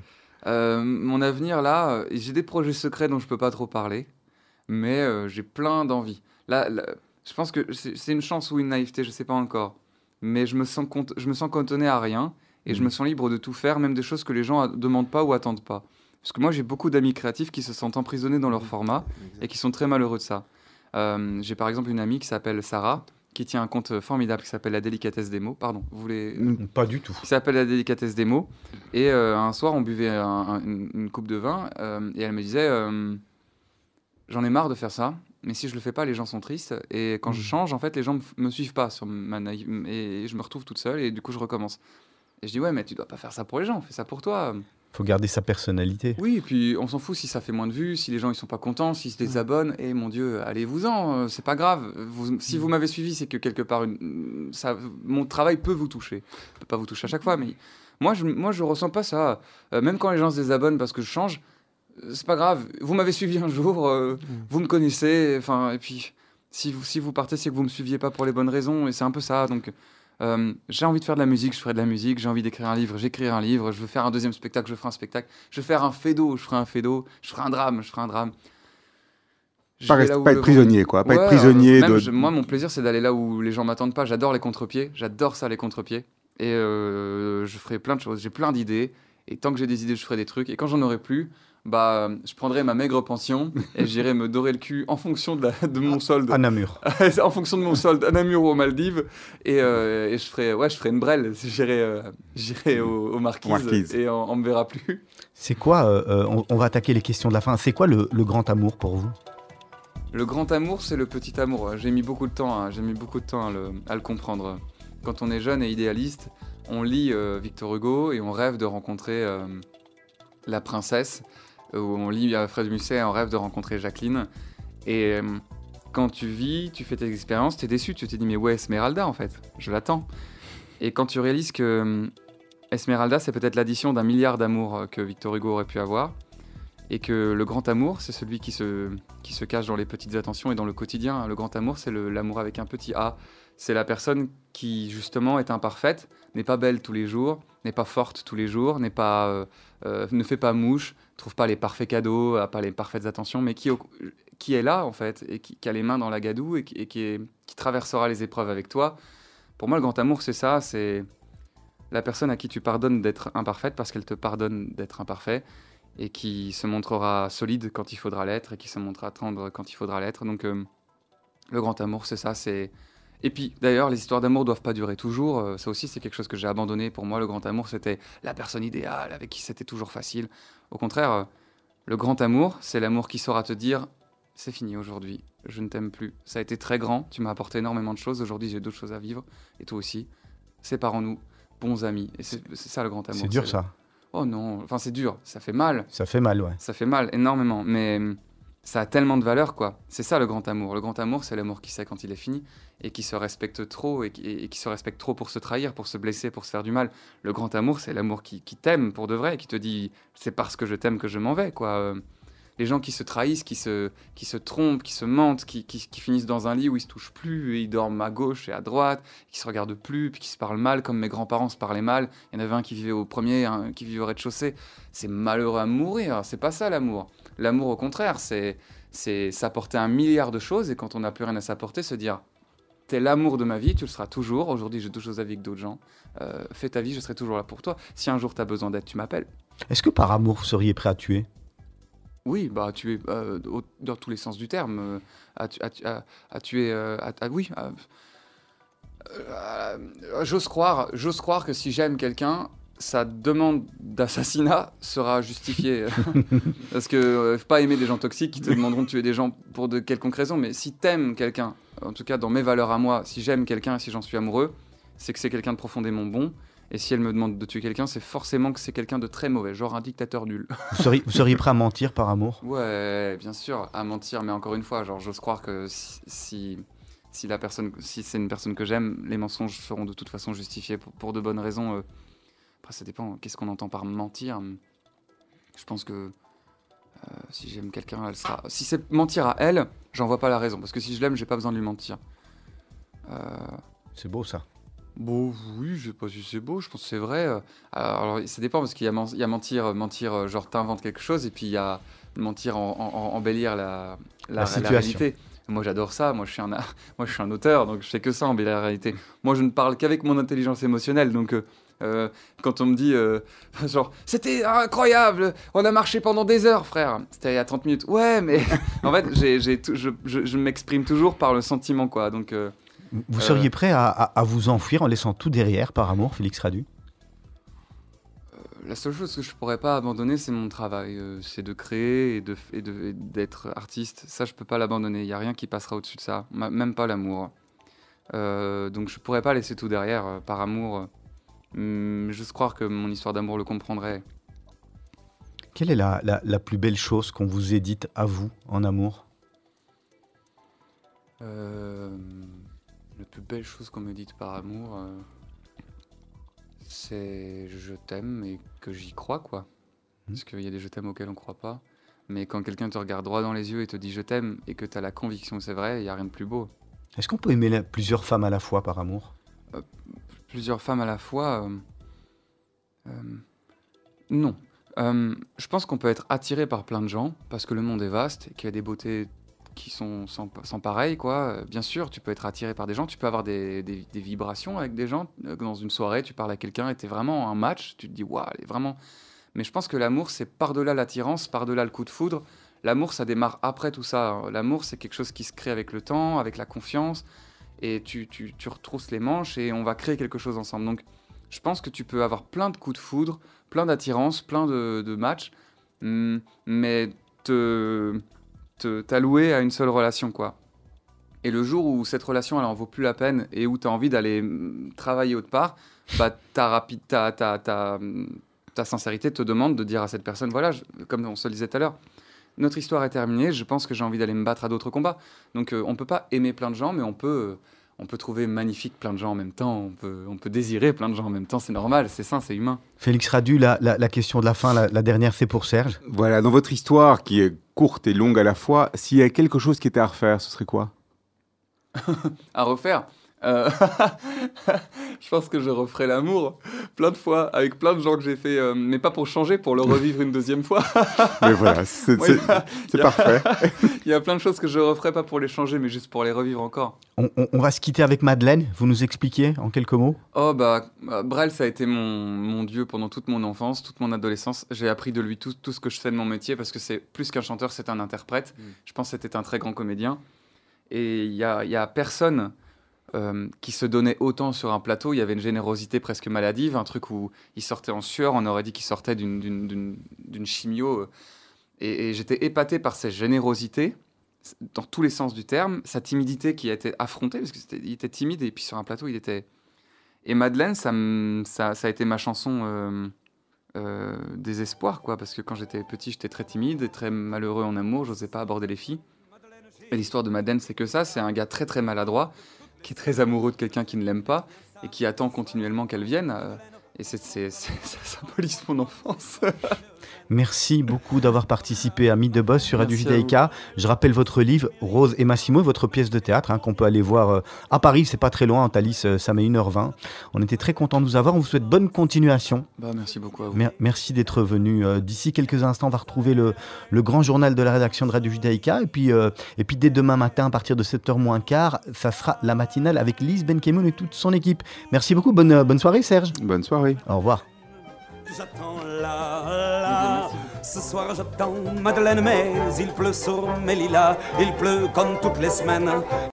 mon avenir, là, j'ai des projets secrets dont je peux pas trop parler, mais j'ai plein d'envies. Là, je pense que c'est une chance ou une naïveté, je sais pas encore. Mais je me sens cantonné à rien et je me sens libre de tout faire, même des choses que les gens demandent pas ou attendent pas. Parce que moi, j'ai beaucoup d'amis créatifs qui se sentent emprisonnés dans leur format et qui sont très malheureux de ça. J'ai par exemple une amie qui s'appelle Sarah, qui tient un compte formidable qui s'appelle La Délicatesse des mots. Pardon, vous voulez...
Pas du tout.
Qui s'appelle La Délicatesse des mots. Et un soir, on buvait une coupe de vin et elle me disait j'en ai marre de faire ça, mais si je le fais pas, les gens sont tristes. Et quand je change, en fait, les gens me suivent pas sur et je me retrouve toute seule et du coup, je recommence. Et je dis ouais, mais tu dois pas faire ça pour les gens, fais ça pour toi.
Faut garder sa personnalité.
Oui, et puis on s'en fout si ça fait moins de vues, si les gens ils sont pas contents, s'ils se désabonnent. Et mon Dieu, allez-vous-en, c'est pas grave. Si vous m'avez suivi, c'est que quelque part, mon travail peut vous toucher. Il peut pas vous toucher à chaque fois, mais moi je ressens pas ça. Même quand les gens se désabonnent parce que je change, c'est pas grave. Vous m'avez suivi un jour, vous me connaissez. Et puis si vous partez, c'est que vous me suiviez pas pour les bonnes raisons. Et c'est un peu ça. Donc j'ai envie de faire de la musique, je ferai de la musique. J'ai envie d'écrire un livre, j'écrirai un livre. Je veux faire un deuxième spectacle, je ferai un spectacle. Je veux faire un fédo, je ferai un fédo. Je ferai un drame, je ferai un drame.
Pas être prisonnier, quoi. Pas être prisonnier
moi, mon plaisir, c'est d'aller là où les gens m'attendent pas. J'adore les contre-pieds. J'adore ça, les contre-pieds. Et je ferai plein de choses. J'ai plein d'idées. Et tant que j'ai des idées, je ferai des trucs. Et quand j'en aurai plus, je prendrai ma maigre pension et j'irai me dorer le cul en fonction de mon solde.
À Namur.
En fonction de mon solde à Namur ou aux Maldives. Et je ferai une brelle. J'irai aux Marquises. Et on me verra plus.
C'est quoi, on va attaquer les questions de la fin. C'est quoi le grand amour pour vous?
Le grand amour, c'est le petit amour. J'ai mis beaucoup de temps, à le comprendre. Quand on est jeune et idéaliste, on lit Victor Hugo et on rêve de rencontrer la princesse. On lit Fred Musset et on rêve de rencontrer Jacqueline. Et quand tu vis, tu fais tes expériences, tu es déçu. Tu te dis, mais où est Esmeralda en fait? Je l'attends. Et quand tu réalises que Esmeralda, c'est peut-être l'addition d'un milliard d'amours que Victor Hugo aurait pu avoir. Et que le grand amour, c'est celui qui se cache dans les petites attentions et dans le quotidien. Le grand amour, c'est l'amour avec un petit A. C'est la personne qui, justement, est imparfaite, n'est pas belle tous les jours, n'est pas forte tous les jours, ne fait pas mouche, trouve pas les parfaits cadeaux, a pas les parfaites attentions, mais qui est là, en fait, et qui a les mains dans la gadoue et qui traversera les épreuves avec toi. Pour moi, le grand amour, c'est ça, c'est la personne à qui tu pardonnes d'être imparfaite parce qu'elle te pardonne d'être imparfait, et qui se montrera solide quand il faudra l'être, et qui se montrera tendre quand il faudra l'être. Donc le grand amour, c'est ça. Et puis d'ailleurs, les histoires d'amour ne doivent pas durer toujours. Ça aussi, c'est quelque chose que j'ai abandonné. Pour moi, le grand amour, c'était la personne idéale, avec qui c'était toujours facile. Au contraire, le grand amour, c'est l'amour qui saura te dire « c'est fini aujourd'hui, je ne t'aime plus. Ça a été très grand, tu m'as apporté énormément de choses. Aujourd'hui, j'ai d'autres choses à vivre, et toi aussi. Séparons-nous, bons amis. » Et c'est ça le grand amour.
C'est dur, ça.
Oh non, enfin c'est dur, ça fait mal.
Ça fait mal, ouais.
Ça fait mal, énormément, mais ça a tellement de valeur, quoi. C'est ça le grand amour. Le grand amour, c'est l'amour qui sait quand il est fini et qui se respecte trop et qui se respecte trop pour se trahir, pour se blesser, pour se faire du mal. Le grand amour, c'est l'amour qui t'aime pour de vrai et qui te dit « c'est parce que je t'aime que je m'en vais », quoi. les gens qui se trahissent, qui se trompent, qui se mentent, qui finissent dans un lit où ils se touchent plus, et ils dorment à gauche et à droite, qui se regardent plus, puis qui se parlent mal, comme mes grands-parents se parlaient mal. Il y en avait un qui vivait au premier, un qui vivait au rez-de-chaussée. C'est malheureux à mourir, c'est pas ça l'amour. L'amour, au contraire, c'est s'apporter 1 milliard de choses, et quand on n'a plus rien à s'apporter, se dire « T'es l'amour de ma vie, tu le seras toujours. Aujourd'hui, j'ai 2 choses à vivre avec d'autres gens. Fais ta vie, je serai toujours là pour toi. Si un jour t'as besoin d'aide, tu m'appelles. »
Est-ce que par amour, vous seriez prêt à tuer ?
Oui, bah tuer dans tous les sens du terme. À tuer. Oui. J'ose croire que si j'aime quelqu'un, sa demande d'assassinat sera justifiée. Parce que faut pas aimer des gens toxiques qui te demanderont de tuer des gens pour de quelconques raisons. Mais si t'aimes quelqu'un, en tout cas dans mes valeurs à moi, si j'aime quelqu'un et si j'en suis amoureux, c'est que c'est quelqu'un de profondément bon. Et si elle me demande de tuer quelqu'un, c'est forcément que c'est quelqu'un de très mauvais, genre un dictateur nul.
Vous seriez prêt à mentir par amour ?
Ouais, bien sûr, à mentir, mais encore une fois, genre j'ose croire que si c'est une personne que j'aime, les mensonges seront de toute façon justifiés pour de bonnes raisons. Après, ça dépend, qu'est-ce qu'on entend par mentir. Je pense que si j'aime quelqu'un, elle sera... Si c'est mentir à elle, j'en vois pas la raison, parce que si je l'aime, j'ai pas besoin de lui mentir.
C'est beau, ça.
Bon, oui, je sais pas si c'est beau, je pense que c'est vrai. Alors, ça dépend, parce qu'il y a mentir, genre t'inventes quelque chose, et puis il y a mentir, embellir la réalité. Moi, j'adore ça. Moi, je suis un auteur, donc je fais que ça, embellir la réalité. Moi, je ne parle qu'avec mon intelligence émotionnelle, donc quand on me dit, genre, c'était incroyable, on a marché pendant des heures, frère. C'était il y a 30 minutes. Ouais, mais en fait, je m'exprime toujours par le sentiment, quoi, donc...
Vous seriez prêt à vous enfuir en laissant tout derrière par amour, Félix Radu ?
La seule chose que je pourrais pas abandonner, c'est mon travail. C'est de créer et d'être artiste. Ça, je peux pas l'abandonner. Il y a rien qui passera au-dessus de ça. Même pas l'amour. Donc je pourrais pas laisser tout derrière par amour. Juste croire que mon histoire d'amour le comprendrait.
Quelle est la plus belle chose qu'on vous ait dite à vous en amour ?
La plus belle chose qu'on me dise par amour, c'est je t'aime et que j'y crois, quoi. Parce qu'il y a des je t'aime auxquels on croit pas. Mais quand quelqu'un te regarde droit dans les yeux et te dit je t'aime et que tu as la conviction que c'est vrai, il n'y a rien de plus beau.
Est-ce qu'on peut aimer plusieurs femmes à la fois par amour ?
Plusieurs femmes à la fois non. Je pense qu'on peut être attiré par plein de gens parce que le monde est vaste et qu'il y a des beautés qui sont sans pareil, quoi. Bien sûr, tu peux être attiré par des gens, tu peux avoir des vibrations avec des gens. Dans une soirée, tu parles à quelqu'un et t'es vraiment un match, tu te dis, waouh, elle est vraiment... Mais je pense que l'amour, c'est par-delà l'attirance, par-delà le coup de foudre. L'amour, ça démarre après tout ça. L'amour, c'est quelque chose qui se crée avec le temps, avec la confiance, et tu retrousses les manches et on va créer quelque chose ensemble. Donc, je pense que tu peux avoir plein de coups de foudre, plein d'attirance, plein de matchs, mais t'allouer à une seule relation, quoi. Et le jour où cette relation elle en vaut plus la peine et où tu as envie d'aller travailler autre part, bah ta sincérité te demande de dire à cette personne, voilà, comme on se le disait tout à l'heure, notre histoire est terminée, je pense que j'ai envie d'aller me battre à d'autres combats. Donc on peut pas aimer plein de gens, mais on peut trouver magnifique plein de gens en même temps, on peut désirer plein de gens en même temps, c'est normal, c'est sain, c'est humain.
Félix Radu, la question de la fin, la dernière, c'est pour Serge.
Voilà, dans votre histoire qui est courte et longue à la fois, s'il y a quelque chose qui était à refaire, ce serait quoi ?
À refaire je pense que je referai l'amour plein de fois avec plein de gens que j'ai fait, mais pas pour changer, pour le revivre une deuxième fois.
Mais voilà, c'est parfait.
Il y a plein de choses que je referai pas pour les changer, mais juste pour les revivre encore.
On va se quitter avec Madeleine. Vous nous expliquiez en quelques mots ?
Oh Brel, ça a été mon dieu pendant toute mon enfance, toute mon adolescence. J'ai appris de lui tout ce que je sais de mon métier, parce que c'est plus qu'un chanteur, c'est un interprète. Je pense que c'était un très grand comédien. Et il y a personne qui se donnait autant sur un plateau. Il y avait une générosité presque maladive, un truc où il sortait en sueur, on aurait dit qu'il sortait d'une chimio. Et j'étais épaté par sa générosité, dans tous les sens du terme, sa timidité qui a été affrontée, parce qu'il était timide, et puis sur un plateau, il était... Et Madeleine, ça a été ma chanson désespoir, quoi, parce que quand j'étais petit, j'étais très timide et très malheureux en amour, j'osais pas aborder les filles. Et l'histoire de Madeleine, c'est que ça, c'est un gars très très maladroit, qui est très amoureux de quelqu'un qui ne l'aime pas, et qui attend continuellement qu'elle vienne. Et ça symbolise mon enfance.
Merci beaucoup d'avoir participé à Mythe de Boss sur Radio Judaïka. Je rappelle votre livre, Rose et Massimo, votre pièce de théâtre qu'on peut aller voir à Paris, c'est pas très loin, en Thalys, ça met 1h20. On était très contents de vous avoir, on vous souhaite bonne continuation.
Merci beaucoup à vous.
Merci d'être venu. D'ici quelques instants, on va retrouver le grand journal de la rédaction de Radio Judaïka. Et puis dès demain matin, à partir de 7h moins quart, ça sera la matinale avec Lise Benkemoun et toute son équipe. Merci beaucoup, bonne soirée Serge.
Bonne soirée.
Au revoir.
J'attends là, ce soir j'attends Madeleine, mais il pleut sur mes lilas, il pleut comme toutes les semaines.